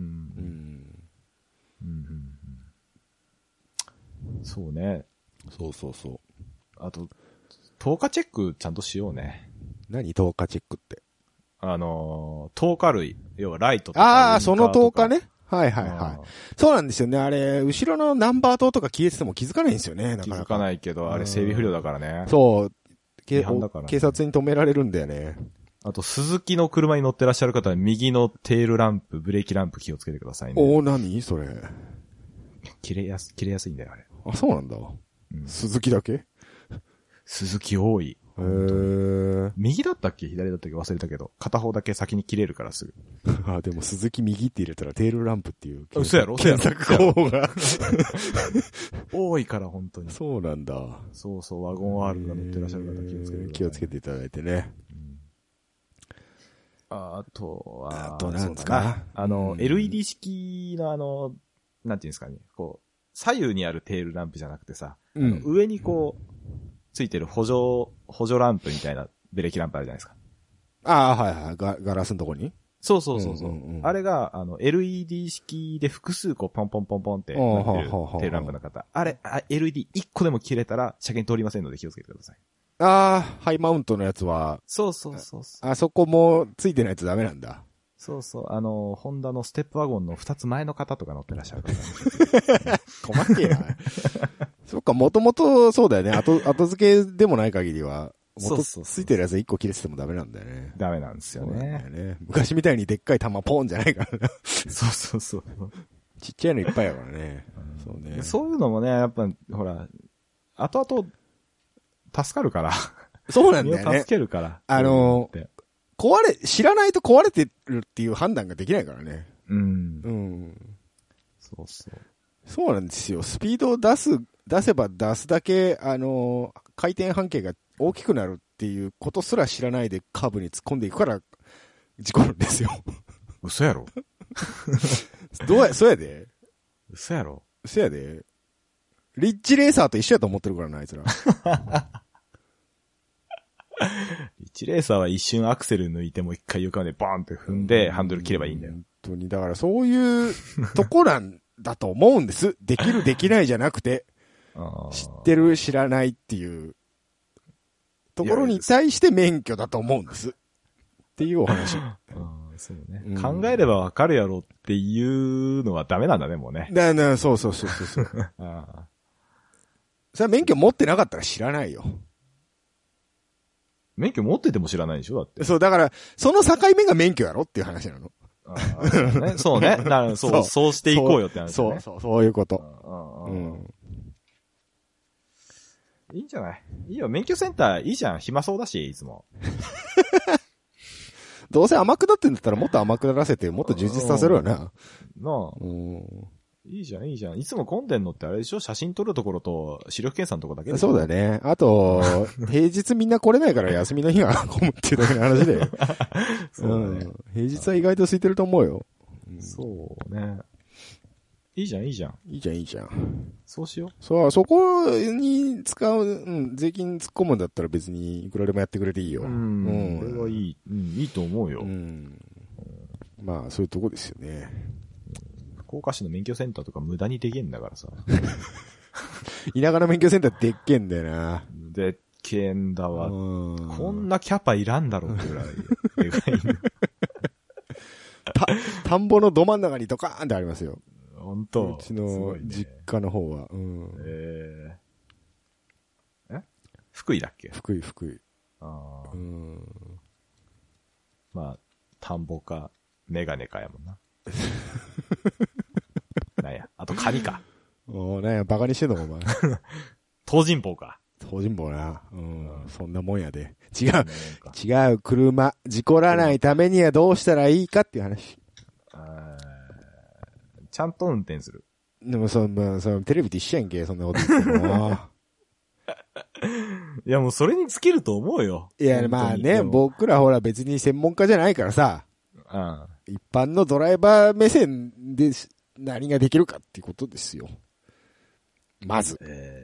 そうね。 そう。 あと、透過チェックちゃんとしようね。 何透過チェックって。 透過類。要はライトとか。 その透過ね。はい。そうなんですよね。あれ、後ろのナンバー灯とか消えてても気づかないんですよね。 気づかないけど、あれ整備不良だからね。 そう。 違反だからね。 警察に止められるんだよね。 あと、鈴木の車に乗ってらっしゃる方は、右のテールランプ、ブレーキランプ気をつけてくださいね。 何それ。 切れやすいんだよ、あれ。 そうなんだ。鈴木だけ？ 鈴木多い。右だったっけ左だったっけ忘れたけど、片方だけ先に切れるからすぐ。 でも鈴木右って入れたらテールランプっていう嘘やろ検索候補が多いから本当に。 そうなんだ。 そう、ワゴン R が乗ってらっしゃる方気をつけてください。 気をつけていただいてね。 あとなんですか LED 式のなんていうんですかね、こう、左右にあるテールランプじゃなくてさ、上にこう、ついてる補助ランプみたいなブレーキランプあるじゃないですか。 はい。ガラスのとこにそう。あれが、LED 式で複数こう、ポンポンポンポンってなってるテールランプの方。あれ、LED1 個でも切れたら、車検通りませんので気をつけてください。 ハイマウントのやつは。 そう。 あそこもついてないとダメなんだ。 そう。ホンダのステップワゴンの2つ前の方とか乗ってらっしゃる方。 細けえな。そっか、もともとそうだよね。後付けでもない限りは。 そう。 ついてるやつ1個切れててもダメなんだよね。 ダメなんですよね。 昔みたいにでっかい玉ポンじゃないからね。 そう。 ちっちゃいのいっぱいやからね。そうね。 そういうのもね、やっぱ、ほら、後々、助かるから。 そうなんだよね身を助。けるから。 知らないと壊れてるっていう判断ができないからね。 うんう。ん。 そうそう。 そうなんですよ。スピードを出せば出すだけ、回転半径が大きくなるっていうことすら知らないでカーブに突っ込んでいくから事故るんですよ。 嘘やろそうやで。 嘘やろそうやで。リッチレーサーと一緒やと思ってるからな、あいつら。 1レーサーは一瞬アクセル抜いてもう一回床までバーンって踏んでハンドル切ればいいんだよ。 本当に。だからそういうとこなんだと思うんです。できるできないじゃなくて、知ってる知らないっていうところに対して免許だと思うんです。っていうお話。 そうね、 うん考えればわかるやろっていうのはダメなんだね、もうね。 そう。それは免許持ってなかったら知らないよ。 免許持ってても知らないでしょだって。 そう、だから、その境目が免許やろっていう話なの。 そうね。だからそうしていこうよって話だね。 そういうこと。うん。 いいんじゃない？いいよ、免許センターいいじゃん。暇そうだし、いつも。 どうせ甘くなってんだったらもっと甘くならせて、もっと充実させろよな。 なあ。いいじゃん。いつも混んでんのってあれでしょ？写真撮るところと視力検査のところだけでしょ？ そうだね。あと、平日みんな来れないから休みの日が混むっていうだけの話で。そうね。平日は意外と空いてると思うよ。 そうね。いいじゃん。 いいじゃん。 そうしよう。 そう、そこに使う、税金突っ込むんだったら別にいくらでもやってくれていいよ。 これはいい。いいと思うよ。 まあ、そういうとこですよね。 福岡市の免許センターとか無駄にできんだからさ。 田舎の免許センターでっけんだよな。 でっけんだわ。こんなキャパいらんだろってぐらい。でかい。 田んぼのど真ん中にドカーンってありますよ。 本当。 うちの実家の方は。 福井だっけ？ 福井。 まあ、田んぼか、メガネかやもんな。なんや、あとカニか。 なんや、バカにしてんのお前。 東尋坊か。 東尋坊な。そんなもんやで。違う、車。事故らないためにはどうしたらいいかっていう話。 ちゃんと運転する。 でもテレビと一緒やんけ、そんなこと言っても。 いや、もうそれに尽きると思うよ。 いや、まあね、僕らほら別に専門家じゃないからさ。一般のドライバー目線で何ができるかっていうことですよ。まず。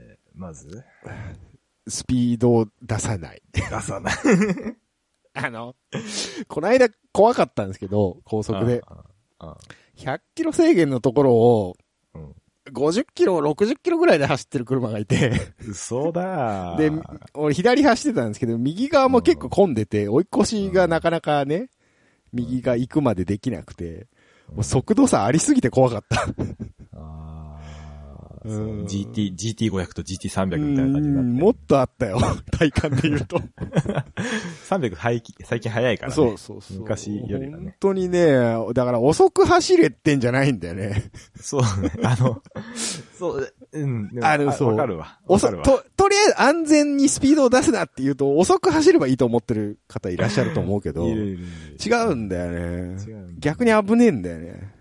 スピードを出さない。この間怖かったんですけど、高速で。100キロ制限のところを、50キロ、60キロぐらいで走ってる車がいて。 嘘だ。 で、俺左走ってたんですけど、右側も結構混んでて、追い越しがなかなかね、右が行くまでできなくて、もう速度差ありすぎて怖かった。 GT500 と GT300 みたいな感じになって。 もっとあったよ。体感で言うと。 300最近早いからね。 そう。 昔よりはね。 本当にね、だから遅く走れってんじゃないんだよね。 そうね。そう、わかるわ。 とりあえず安全にスピードを出すなって言うと、遅く走ればいいと思ってる方いらっしゃると思うけど、違うんだよね。逆に危ねえんだよね。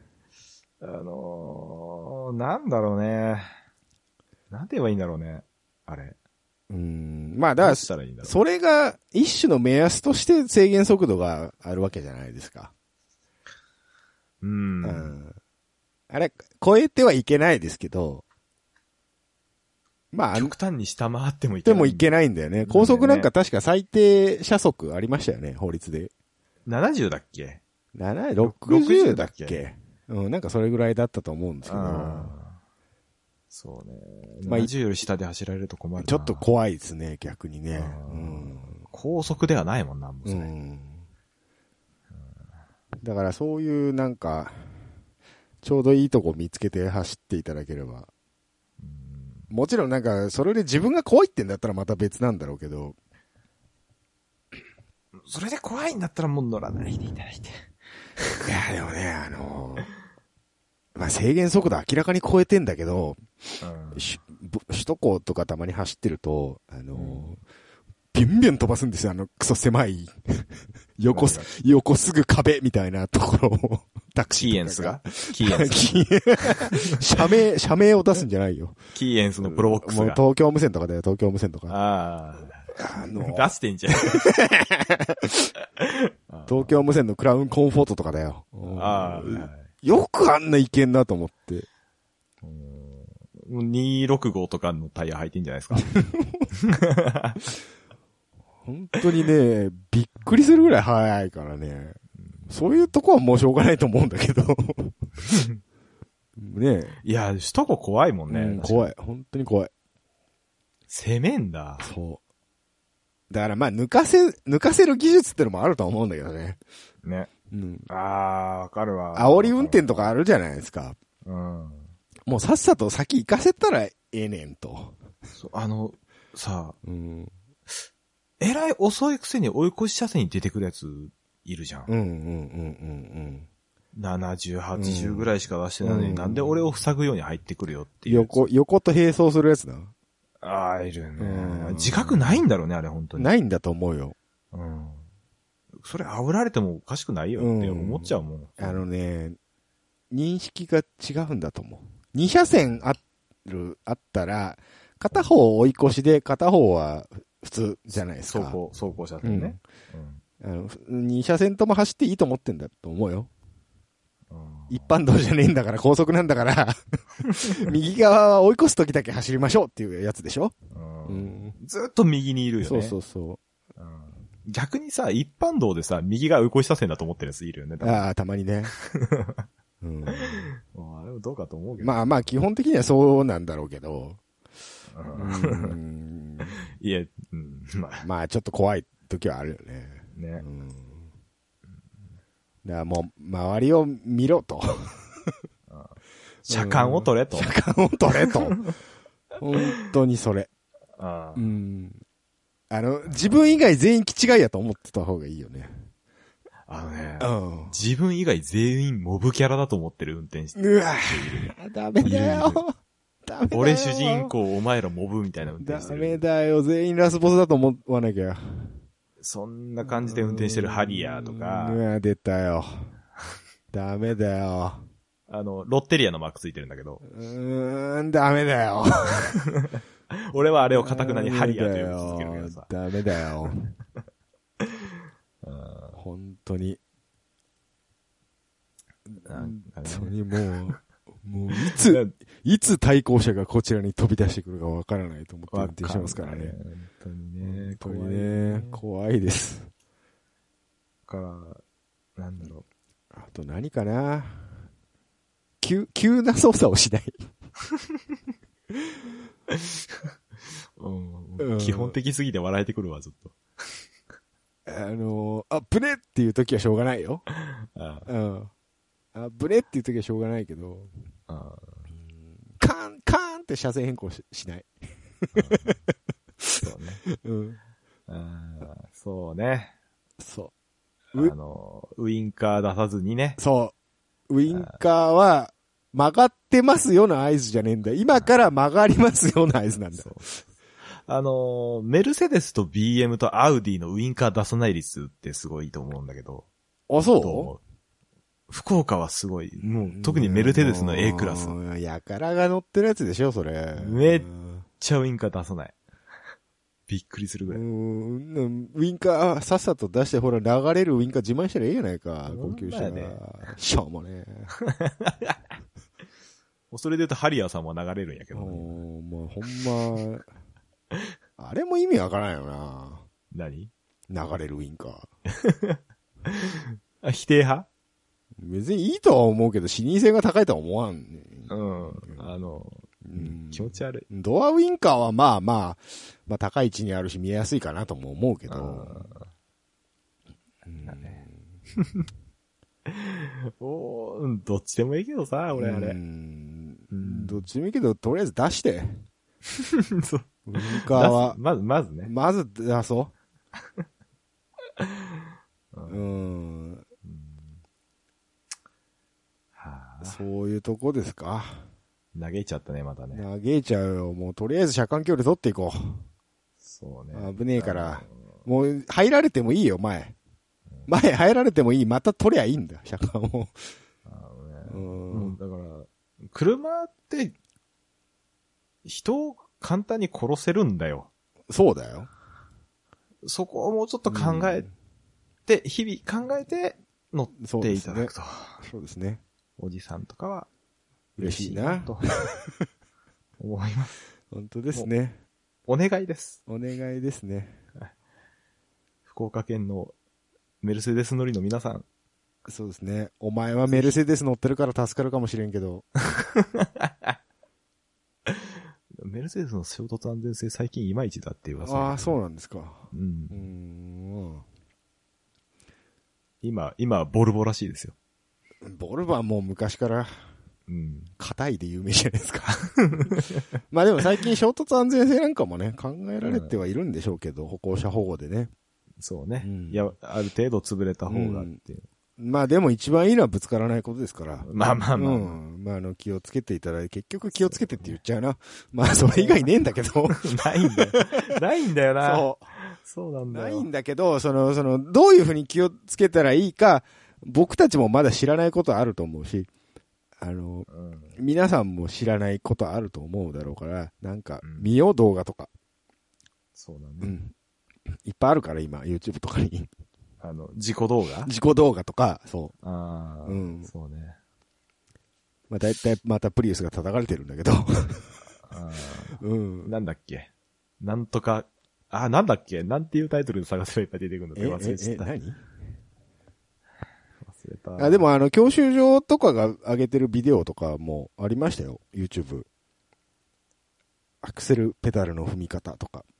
なんだろうね。なんて言えばいいんだろうね。あれ。 まあだから、それが一種の目安として制限速度があるわけじゃないですか。あれ、超えてはいけないですけど、まあ、 極端に下回ってもいけないんだよね。高速なんか確か最低車速ありましたよね、法律で。 70だっけ ？60だっけ？なんかそれぐらいだったと思うんですけど。 そうね。70より下で走られると困るな。 ちょっと怖いですね、逆にね。 高速ではないもんな、もうそれ。 だからそういうなんか、ちょうどいいとこ見つけて走っていただければ。もちろんなんか、それで自分が怖いってんだったらまた別なんだろうけど。 それで怖いんだったらもう乗らないでいただいて。 いや、でもね、 まあ制限速度明らかに超えてんだけど、 うん。 首都高とかたまに走ってると、ビュンビュン飛ばすんですよ、クソ狭い、横すぐ壁みたいなところを、タクシーとかキーエンスがキーエンス。 社名を出すんじゃないよ。 キーエンスのプロボックスもうが。 東京無線とかだよ、東京無線とか。 ああ。出してんじゃん。 東京無線のクラウンコンフォートとかだよ。 ああ。 よくあんな意見だと思って。 265とかのタイヤ履いてんじゃないですか。 本当にね、びっくりするぐらい速いからね。そういうとこはもうしょうがないと思うんだけど。ねいや、首都高怖いもんね。 怖い。本当に怖い。 攻めんだ。 そう。だからまあ、抜かせる技術ってのもあると思うんだけどね。 ね。 うん。 ああ、わかるわ。 煽り運転とかあるじゃないですか。 うん。 もうさっさと先行かせたらええねんと。 さ、 うん。 えらい遅いくせに追い越し車線に出てくるやついるじゃん。 うんうんうんうん 70、80ぐらいしか出してないのに、なんで俺を塞ぐように入ってくるよっていう。 横と並走するやつな。 ああ、いるね。自覚ないんだろうね、あれ本当に。 ないんだと思うよ。 うん。それ煽られてもおかしくないよって思っちゃうもん。 認識が違うんだと思う。2車線あったら、片方追い越しで片方は普通じゃないですか。 走行車線ね。 2車線とも走っていいと思ってんだと思うよ。一般道じゃねえんだから高速なんだから右側は追い越す時だけ走りましょうっていうやつでしょ。 ずっと右にいるよね。 そう。 逆にさ、一般道でさ、右が追い越し車線だと思ってるやついるよね。 ああ、たまにね。 あれもどうかと思うけど。 まあまあ基本的にはそうなんだろうけど。 いえ、 まあちょっと怖い時はあるよね。 ね。 だからもう、周りを見ろと。 車間を取れと。 車間を取れと。本当にそれ。自分以外全員気違いやと思ってた方がいいよね。 自分以外全員モブキャラだと思ってる運転手。 うわダメだよ。 俺主人公、お前らモブみたいな運転してる。 ダメだよ。全員ラスボスだと思わなきゃ。 そんな感じで運転してるハリアーとか。 うわ、出たよ。ダメだよ。 ロッテリアのマークついてるんだけど。 ダメだよ。 俺はあれをカタクナにハリアーと呼び続けるけどさ。 ダメだよ。本当に。本当にもういつ対向車がこちらに飛び出してくるかわからないと思って運転してますからね。 本当にね。 怖いね。怖いです。 なんだろう。 あと何かな。急な操作をしない。 基本的すぎて笑えてくるわ、ずっと。 ブネっていう時はしょうがないよ。ブネっていう時はしょうがないけど、カーンって車線変更 しない。 そうね。そうね。 そう。 ウインカー出さずにね。 そう。ウインカーは曲がってますよの合図じゃねえんだよ。今から曲がりますよの合図なんだ。 メルセデスと BM とアウディのウインカー出さない率ってすごいと思うんだけど。 あ、そう福岡はすごい。もう、特にメルセデスの A クラス。 やからが乗ってるやつでしょ、それ。 めっちゃウインカー出さない。びっくりするぐらい。 ウインカーさっさと出して、ほら、流れるウインカー自慢したらええやないか、高級車が。しょうもね。 それで言うとハリアーさんは流れるんやけど、ね。 もうほんま、あれも意味わからんよな。 何？ 流れるウインカー。否定派？ 別にいいとは思うけど、視認性が高いとは思わん、ね。 気持ち悪い。 ドアウインカーはまあ高い位置にあるし見えやすいかなとも思うけど。 どっちでもいいけどさ、俺あれ。 どっちでもいいけど、とりあえず出して。そう。ウインカーは。 まずね。 まず出そう。 そういうとこですか。 嘆いちゃったね、またね。 嘆いちゃうよ。もうとりあえず車間距離取っていこう。 そうね。 危ねえから。もう入られてもいいよ、前。前入られてもいい。また取りゃいいんだ、車間を。 だから、車って、人を簡単に殺せるんだよ。 そうだよ。 そこをもうちょっと考えて、日々考えて乗っていただくと。 そうですね。 おじさんとかは嬉しいなと思います。 本当ですね。 お願いです。 お願いですね。 福岡県のメルセデス乗りの皆さん。 そうですね。お前はメルセデス乗ってるから助かるかもしれんけど。 メルセデスの衝突安全性最近いまいちだっていう噂。 ああ、そうなんですか。 今、ボルボらしいですよ。 ボルボはもう昔から、硬いで有名じゃないですか。まあでも最近衝突安全性なんかもね、考えられてはいるんでしょうけど、歩行者保護でね。 そうね。いや、ある程度潰れた方がっていう。 まあでも一番いいのはぶつからないことですから。 まあ。まあ気をつけていただいて、結局気をつけてって言っちゃうな。まあそれ以外ねえんだけど。 ないんだよ。ないんだよな。 そう。 そうなんだよ。 ないんだけど、どういうふうに気をつけたらいいか、僕たちもまだ知らないことあると思うし、皆さんも知らないことあると思うだろうから、なんか、見よう動画とか。 そうだね。 いっぱいあるから今、YouTube とかに。 事故動画？ 事故動画とか、そう。 そうね。 まあ大体またプリウスが叩かれてるんだけど。 なんだっけ？なんとか、なんだっけ？なんていうタイトルで探せばいっぱい出てくるのって忘れちゃった。 何？ 忘れた。 でも教習所とかが上げてるビデオとかもありましたよ、YouTube。アクセルペダルの踏み方とか。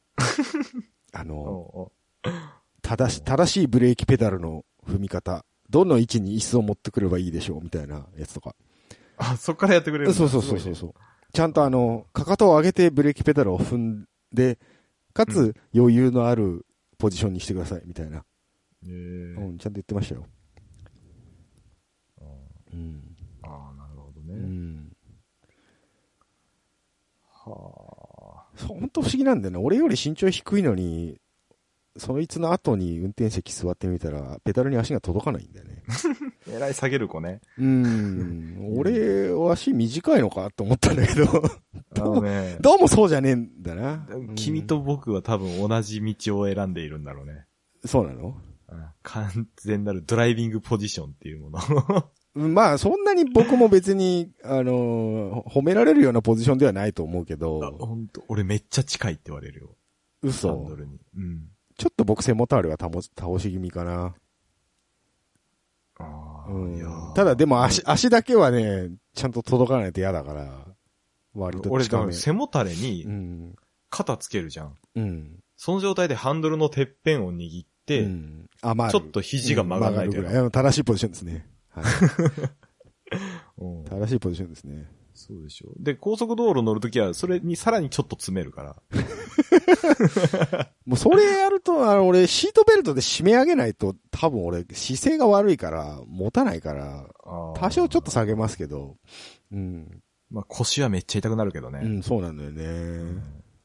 正しいブレーキペダルの踏み方。どの位置に椅子を持ってくればいいでしょうみたいなやつとか。 そっからやってくれるんだ。 そう。ちゃんとかかとを上げてブレーキペダルを踏んで、かつ余裕のあるポジションにしてくださいみたいな。ちゃんと言ってましたよ。 なるほどね。 本当不思議なんだよね。俺より身長低いのに、そいつの後に運転席座ってみたら、ペダルに足が届かないんだよね。 えらい下げる子ね。 俺、足短いのかと思ったんだけど、どうもそうじゃねえんだな。 君と僕は多分同じ道を選んでいるんだろうね。 そうなの？ 完全なるドライビングポジションっていうもの。 まあ、そんなに僕も別に、褒められるようなポジションではないと思うけど。 本当俺めっちゃ近いって言われるよ。 嘘。 ハンドルに。 ちょっと僕背もたれは倒し気味かな。ただでも足だけはね、ちゃんと届かないと嫌だから、割と近め。 俺背もたれに、肩つけるじゃん。その状態でハンドルのてっぺんを握って、ちょっと肘が曲がらないと。 正しいポジションですね。正しいポジションですね。 そうでしょ。で、高速道路乗るときは、それにさらにちょっと詰めるから。 もうそれやると、俺、シートベルトで締め上げないと、多分俺、姿勢が悪いから、持たないから、多少ちょっと下げますけど、 まあ腰はめっちゃ痛くなるけどね。 そうなんだよね。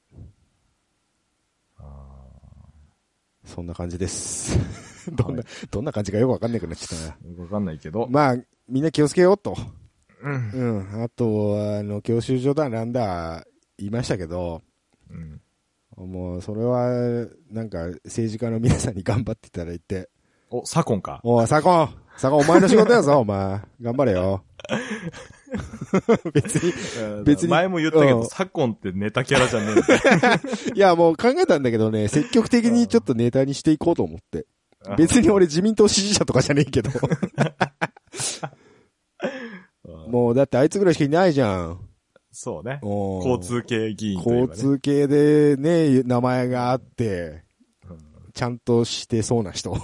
そんな感じです。どんな感じかよくわかんないくなっちゃったな。 よくわかんないけど。 まあ、みんな気をつけようと。あと、教習所だなんだ、言いましたけど、もう、それは、なんか、政治家の皆さんに頑張っていただいて。 左近か。 左近、お前の仕事やぞ、お前。頑張れよ。別に。 前も言ったけど、左近ってネタキャラじゃねえんだよ。 いや、もう考えたんだけどね、積極的にちょっとネタにしていこうと思って。別に俺自民党支持者とかじゃねえけど。もうだってあいつぐらいしかいないじゃん。 そうね。交通系議員と交通系でね、名前があって、ちゃんとしてそうな人。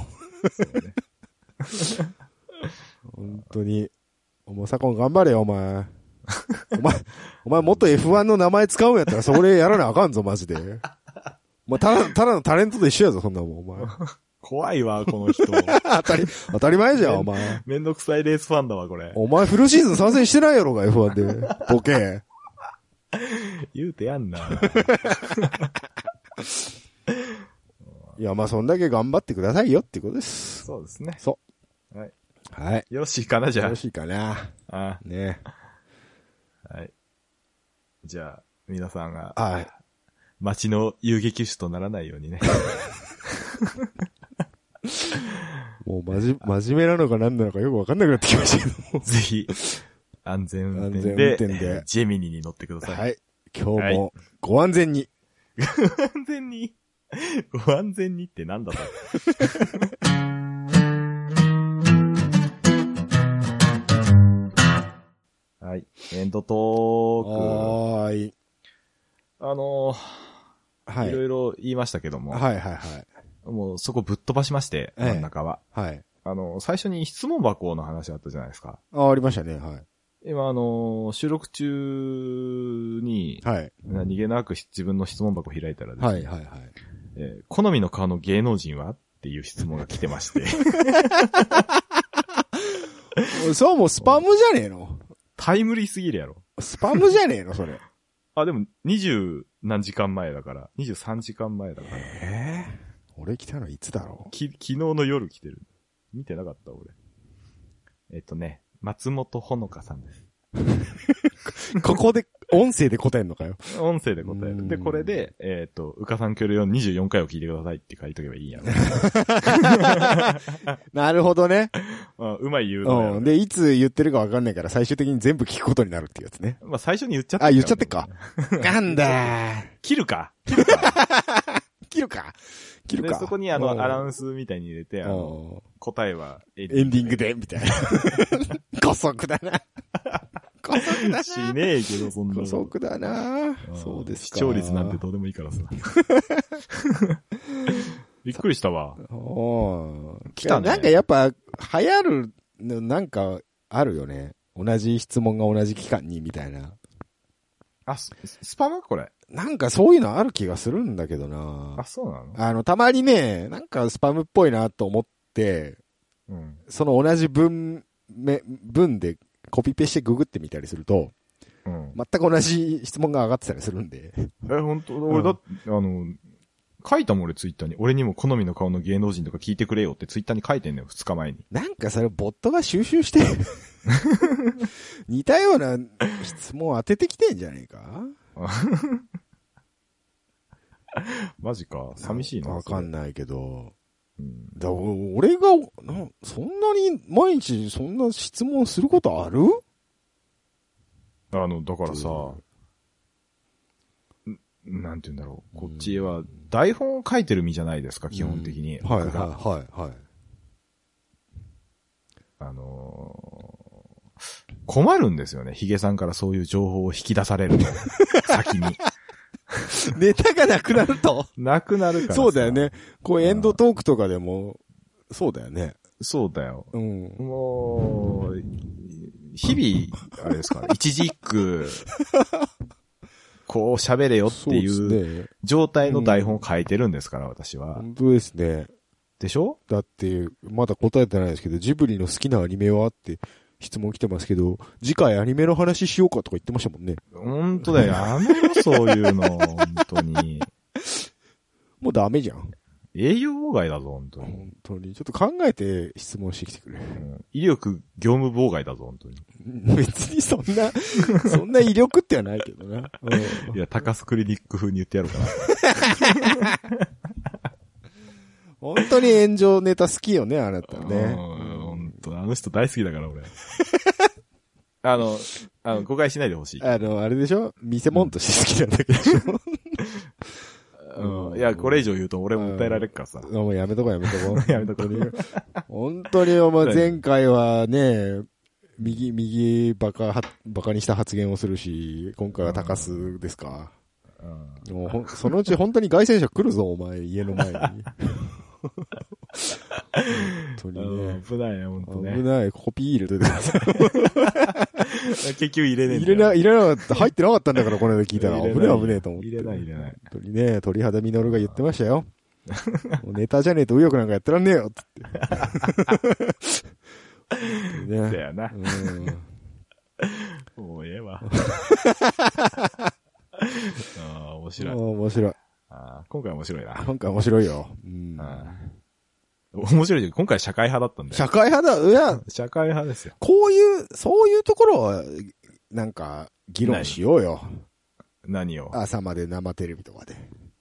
本当に。もう左近頑張れよ、お前。お前もっと F1 の名前使うんやったらそれやらなあかんぞ、マジで。お前ただのタレントと一緒やぞ、そんなもん、お前。 怖いわ、この人。 当たり前じゃん、お前。 めんどくさいレースファンだわ、これ。 お前フルシーズン参戦してないやろが、F1 で。ボケ。 言うてやんな。 いや、まあ、そんだけ頑張ってくださいよってことです。 そうですね。 そう。 はい。 はい。 よろしいかな、じゃあ。 よろしいかな。 ああね。 はい。じゃあ、皆さんが、 はい。 街の遊撃手とならないようにね。 もう真面目なのか何なのかよくわかんなくなってきましたけど。 ぜひ、安全運転で、 安全運転でジェミニに乗ってください。 はい。今日もご安全に。 ご安全に、ご安全にってなんだと。はい。エンドトーク。 はーい。はい。 いろいろ言いましたけども。 はいはいはい。 もうそこぶっ飛ばしまして、真ん中は。 はい。 最初に質問箱の話あったじゃないですか。 ありましたね、はい。 今収録中に、 はい。 逃げなく自分の質問箱開いたらですね。 はいはいはい。 好みの顔の芸能人はっていう質問が来てまして。 そうもうスパムじゃねえの？ タイムリーすぎるやろ。 スパムじゃねえのそれ。 あ、でも20何時間前だから。23時間前だから。 俺来たのいつだろう？ 昨日の夜来てる。見てなかった俺。松本ほのかさんです。 ここで、音声で答えんのかよ。 音声で答える。で、これで、うかさん距離を24回を聞いてくださいって書いとけばいいやん。 なるほどね。 うまい言うのよ。で、いつ言ってるかわかんないから最終的に全部聞くことになるっていうやつね。 まあ、最初に言っちゃった。 あ、言っちゃってっか。なんだ切るか切るかで、そこにアナウンスみたいに入れて、答えはエンディングで、みたいな。姑息だな。姑息だな。 しねえけど、そんなの。 姑息だな。そうですか。 視聴率なんてどうでもいいからさ。びっくりしたわ。 来たね。なんかやっぱ、流行るの、なんか、あるよね。同じ質問が同じ期間に、みたいな。 あ、スパムこれ。 なんかそういうのある気がするんだけどな。 あ、そうなの？ たまにね、なんかスパムっぽいなと思って、その同じ文でコピペしてググってみたりすると、全く同じ質問が上がってたりするんで。 本当俺だって、書いたもん俺ツイッターに。俺にも好みの顔の芸能人とか聞いてくれよってツイッターに書いてんのよ、2日前に。 なんかそれボットが収集して、似たような質問を当ててきてんじゃねえかマジか。寂しいな。 わかんないけど。俺が、そんなに毎日そんな質問することある？ だからさ、なんて言うんだろう。こっちは台本を書いてる身じゃないですか、基本的に。 はいはいはい。 困るんですよね。ヒゲさんからそういう情報を引き出されると。先に。 ネタがなくなるとなくなるから。 そうだよね。こうエンドトークとかでも、そうだよね。 そうだよ。もう、日々、あれですか、一字一句、こう喋れよっていう状態の台本を書いてるんですから、私は。 本当ですね。 でしょ？ だって、まだ答えてないですけど、ジブリの好きなアニメはって質問来てますけど、次回アニメの話しようかとか言ってましたもんね。 本当だよ。やめろ、そういうの。本当に。 もうダメじゃん。 営業妨害だぞ、本当に。 本当に。ちょっと考えて質問してきてくれ。 威力業務妨害だぞ、本当に。 別にそんな威力ってはないけどな。 いや、高須クリニック風に言ってやるから。 本当に炎上ネタ好きよね、あなたね。 本当あの人大好きだから、俺。誤解しないでほしい。 あれでしょ？見せ物として好きなんだけど。いや、これ以上言うと俺も訴えられるからさ。 もうやめとこう。 やめとこう。 本当にお前前回はね、右バカにした発言をするし、今回は高須ですか。もうそのうち本当に外旋車来るぞ、お前、家の前に。本当にね。 危ないね、本当ね。 危ない。コピー入れといてください。 結局入れねえんだよ。入れなかった。入ってなかったんだから、この間聞いたら。危ねえと思って。 入れない。 本当にね、鳥肌実が言ってましたよ。 もうネタじゃねえと右翼なんかやってらんねえよ、つって。ね。 だよな。 うん。 もうええわ。ああ、面白い。 面白い。 あ今回面白いな。 今回面白いよ。うん。 面白いけど、今回社会派だったんだよ。 社会派だ、いや、 社会派ですよ。 そういうところを、なんか、議論しようよ。 何を朝まで生テレビとかで。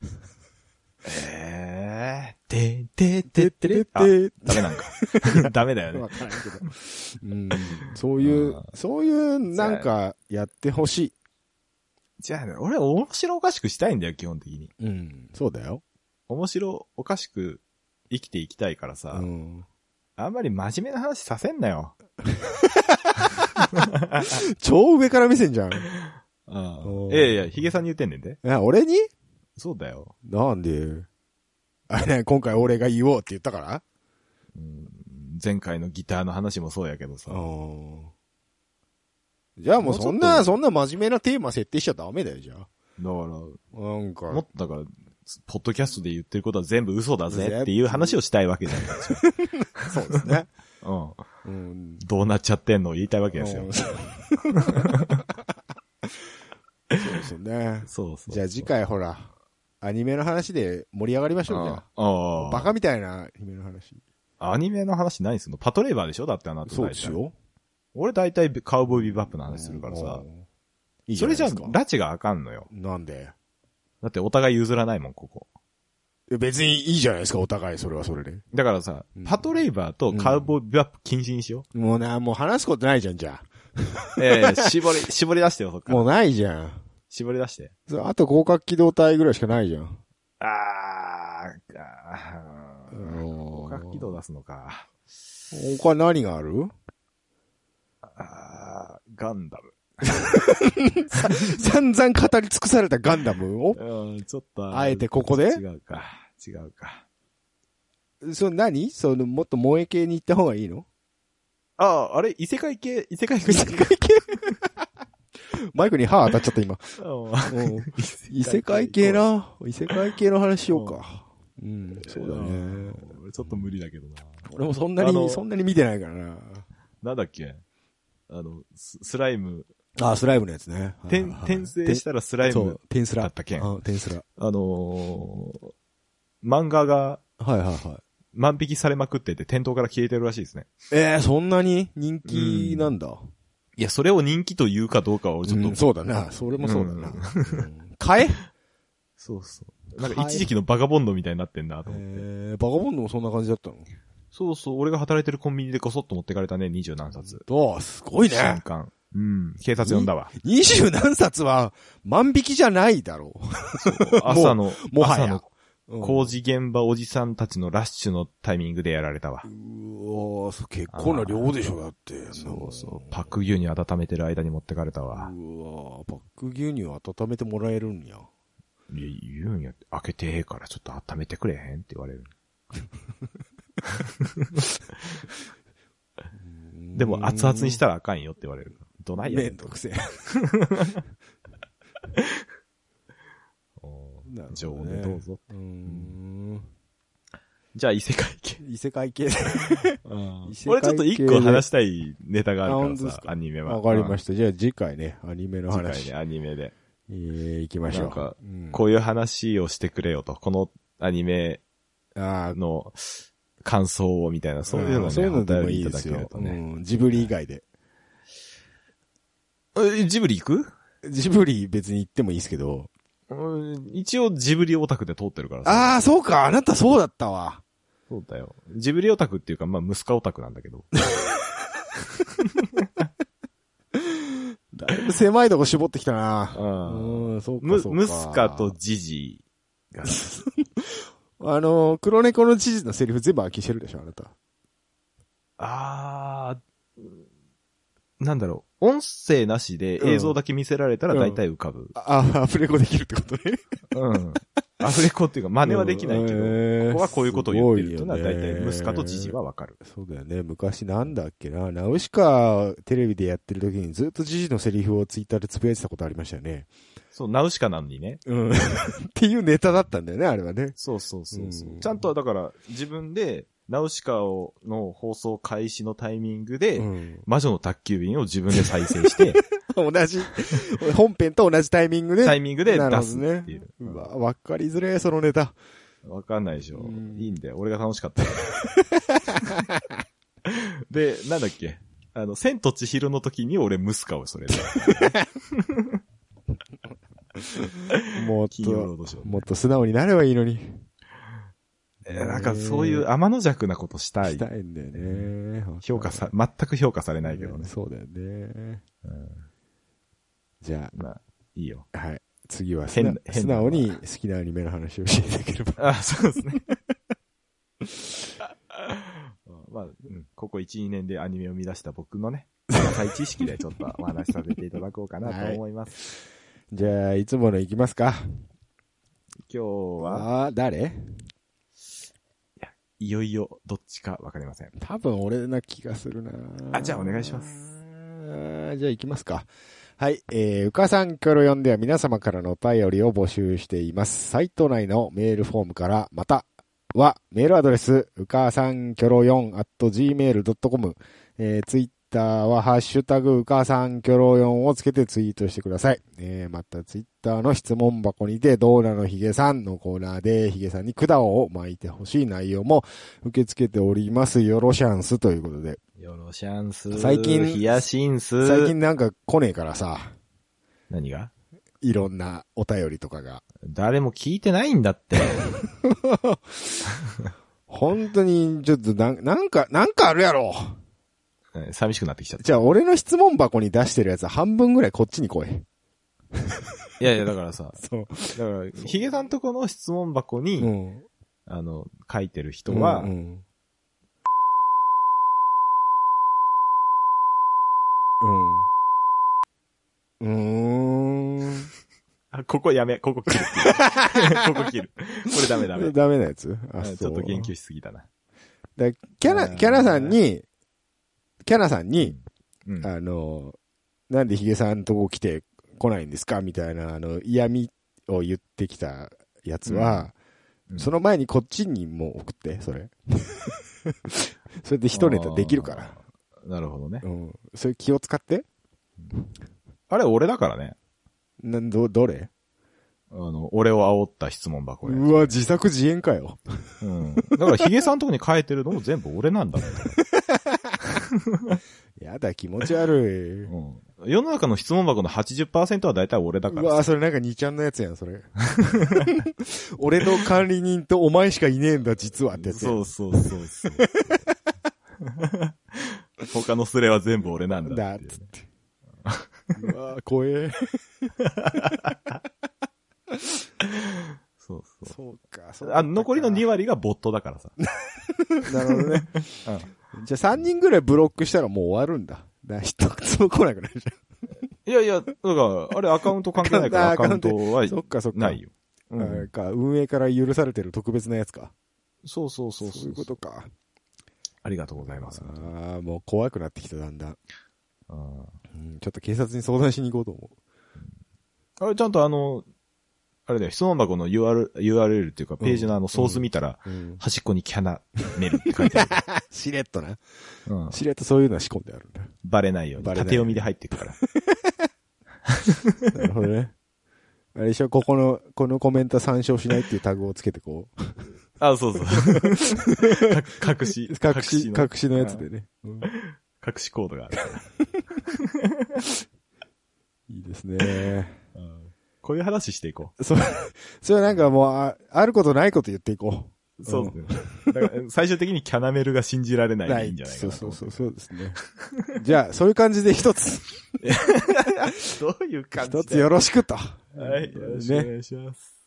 てダメなんか。ダメだよね。 わからんけど。うん。そういう、なんか、やってほしい。 じゃあね、俺は面白おかしくしたいんだよ、基本的に。 うん。そうだよ。 面白おかしく生きていきたいからさ。 うん。 あんまり真面目な話させんなよ。 超上から目線じゃん。 いやいや、ヒゲさんに言ってんねんで。 俺に？ そうだよ。 なんで？あれね、今回俺が言おうって言ったから？ 前回のギターの話もそうやけどさ。 じゃあもうそんな真面目なテーマ設定しちゃダメだよ、じゃあ。 だから、 なんか。 もっとだから、ポッドキャストで言ってることは全部嘘だぜっていう話をしたいわけじゃないですか。 そうですね。 うん。どうなっちゃってんのを言いたいわけですよ。 そうですよね。 そう。 じゃあ次回ほら、アニメの話で盛り上がりましょう、じゃあ。バカみたいなアニメの話。 アニメの話何すんの？パトレーバーでしょ？だってあなた。 そうですよ。 俺大体カウボーイビバップの話するからさ。 いいじゃないですか。 それじゃ、拉致があかんのよ。 なんで？ だってお互い譲らないもん、ここ。 別にいいじゃないですか、お互い、それはそれで。 だからさ、パトレイバーとカウボーイビバップ禁止にしよう。もう話すことないじゃん、じゃあ。絞り出してよ、そっか。 もうないじゃん。 絞り出して。 あと広角機動隊ぐらいしかないじゃん。 広角機動出すのか。 他何がある？ ガンダム。 散々語り尽くされたガンダムをちょっと。 あえてここで違うか。 何もっと萌え系に行った方がいいの？ あれ異世界系マイクに歯当たっちゃった今。異世界系の話しようか。うん、そうだね。 俺ちょっと無理だけどな。 俺もそんなに見てないからな。 なんだっけ？スライム。 スライムのやつね。 転生したらスライムだったっけ？ 転スラ。 漫画が、 はい。 万引きされまくってて店頭から消えてるらしいですね。 そんなに人気なんだ。 いや、それを人気というかどうかは俺ちょっと。 そうだな。それもそうだな。買え？ そう。なんか一時期のバカボンドみたいになってんなと思って。 バカボンドもそんな感じだったの？ そう、俺が働いてるコンビニでこそっと持ってかれたね、20何冊。 すごいね。 瞬間。警察呼んだわ。 20何冊は万引きじゃないだろう。 朝の工事現場おじさんたちのラッシュのタイミングでやられたわ。 結構な量でしょ、だって。 そう。パック牛乳温めてる間に持ってかれたわ。 パック牛乳温めてもらえるんや。 言うんや。開けてええからちょっと温めてくれへんって言われる。でも熱々にしたらあかんよって言われる。どないやねん。 めんどくせえ。 常温でどうぞ。じゃあ異世界系。 異世界系。 俺ちょっと一個話したいネタがあるからさ、アニメは。 わかりました。じゃあ次回ね、アニメの話。 次回ね、アニメで。 行きましょう。 なんか、こういう話をしてくれよと。このアニメの感想をみたいな、そういうのね、 そういうのでもいいですよ。ジブリ以外で。 ジブリ行く？ ジブリ別に行ってもいいですけど。 一応ジブリオタクで通ってるからさ。 そうか。あなたそうだったわ。 そうだよ。ジブリオタクっていうか、まあ、ムスカオタクなんだけど。 だいぶ狭いとこ絞ってきたな。 そうか。ムスカとジジが。 黒猫のジジのセリフ全部空きしてるでしょ、あなた。 なんだろう。音声なしで映像だけ見せられたら大体浮かぶ。 アフレコできるってことね。 アフレコっていうか真似はできないけど、ここはこういうことを言ってるというのはすごいよね大体息子とジジはわかる。 そうだよね。昔なんだっけな。ナウシカテレビでやってる時にずっとジジのセリフをツイッターでつぶやいてたことありましたよね。 そう、ナウシカなのにね。 うん。っていうネタだったんだよね、あれはね。 そうそうそうそう、 うん。 ちゃんとだから自分でナウシカの放送開始のタイミングで、 うん、 魔女の宅急便を自分で再生して、 同じ、本編と同じタイミングで。 タイミングで出すっていう。 ね、わかりづれえ、そのネタ。 わかんないでしょ。いいんだよ。俺が楽しかった。で、なんだっけ。千と千尋の時に俺ムスカをそれで。 もっと素直になればいいのに。 なんかそういう天の弱なことしたい。 したいんだよね。 全く評価されないけどね。 そうだよね。うん、じゃあ、 まあ、いいよ。 はい。次は素直に好きなアニメの話を教えていければ。 あ、そうですね。まあ、ここ1、2年でアニメを見出した僕のね、浅い知識でちょっとお話しさせていただこうかなと思います。 はい、じゃあ、いつもの行きますか。 今日は誰？ いよいよどっちかわかりません。 多分俺な気がするな。 じゃあお願いします。 じゃあ行きますか。はい。うかさんキョロ4では皆様からのお便りを募集しています。サイト内のメールフォームから、またはメールアドレス、うかさんキョロ4@gmail.com、ツイッターはハッシュタグうかさんキョロ4をつけてツイートしてください。またツイッターの質問箱にて、ドーナのヒゲさんのコーナーでヒゲさんに管を巻いてほしい内容も受け付けております。よろしゃんすということで。 よろしゃんす。 最近、 ヒヤシンス。 最近なんか来ねえからさ。 何が？ いろんなお便りとかが。 誰も聞いてないんだって。 本当に、ちょっとなんかあるやろ。 寂しくなってきちゃった。 じゃあ俺の質問箱に出してるやつは半分ぐらいこっちに来い。 いやいや、だからさ。 そう。 だから、ヒゲさんとこの質問箱に、書いてる人は、ここやめ、ここ切る。ここ切る。これダメ。 ダメなやつ？ ちょっと言及しすぎたな。 キャナさんに、なんでヒゲさんとこ来て来ないんですかみたいな、嫌味を言ってきたやつは、その前にこっちにも送って、それ。それで一ネタできるから。 なるほどね。 それ気を使って。 あれ、俺だからね。 どれ？ 俺を煽った質問箱や。 うわ、自作自演かよ。 だから、ヒゲさんとこに書いてるのも全部俺なんだから。 やだ、気持ち悪い。世の中の質問箱の 80% は大体俺だから。 うわ、それなんか2ちゃんのやつやん、それ。俺の管理人とお前しかいねえんだ、実はってやつ。 そう。他のスレは全部俺なんだっていう、ね。 だっつって。うわぁ、怖え。そうか。 残りの2割がボットだからさ。 なるほどね。じゃあ3人ぐらいブロックしたらもう終わるんだ。一つも来なくなるじゃん。 いや、だから、あれアカウント関係ないからアカウントはないよ。 運営から許されてる特別なやつか。 そう。そういうことか。 ありがとうございます。 もう怖くなってきた、だんだん。ちょっと警察に相談しに行こうと思う。 あれ、ちゃんとあれだよ、質問箱の URL っていうか、ページのソース見たら、端っこにキャナメルって書いてある。 しれっとな。しれっとそういうのは仕込んであるんだ。 バレないように。縦読みで入ってくから。 なるほどね。あれでしょ、このコメント参照しないっていうタグをつけてこう。 そう。隠しのやつでね。 隠しコードがあるから。 いいですね。 こういう話していこう。それはなんかもう、あることないこと言っていこう。そう。だから最終的にキャナメルが信じられないんじゃないかな。 そうですね。じゃあ、そういう感じで一つ。 どういう感じ？ 一つよろしくと。 はい、よろしくお願いします。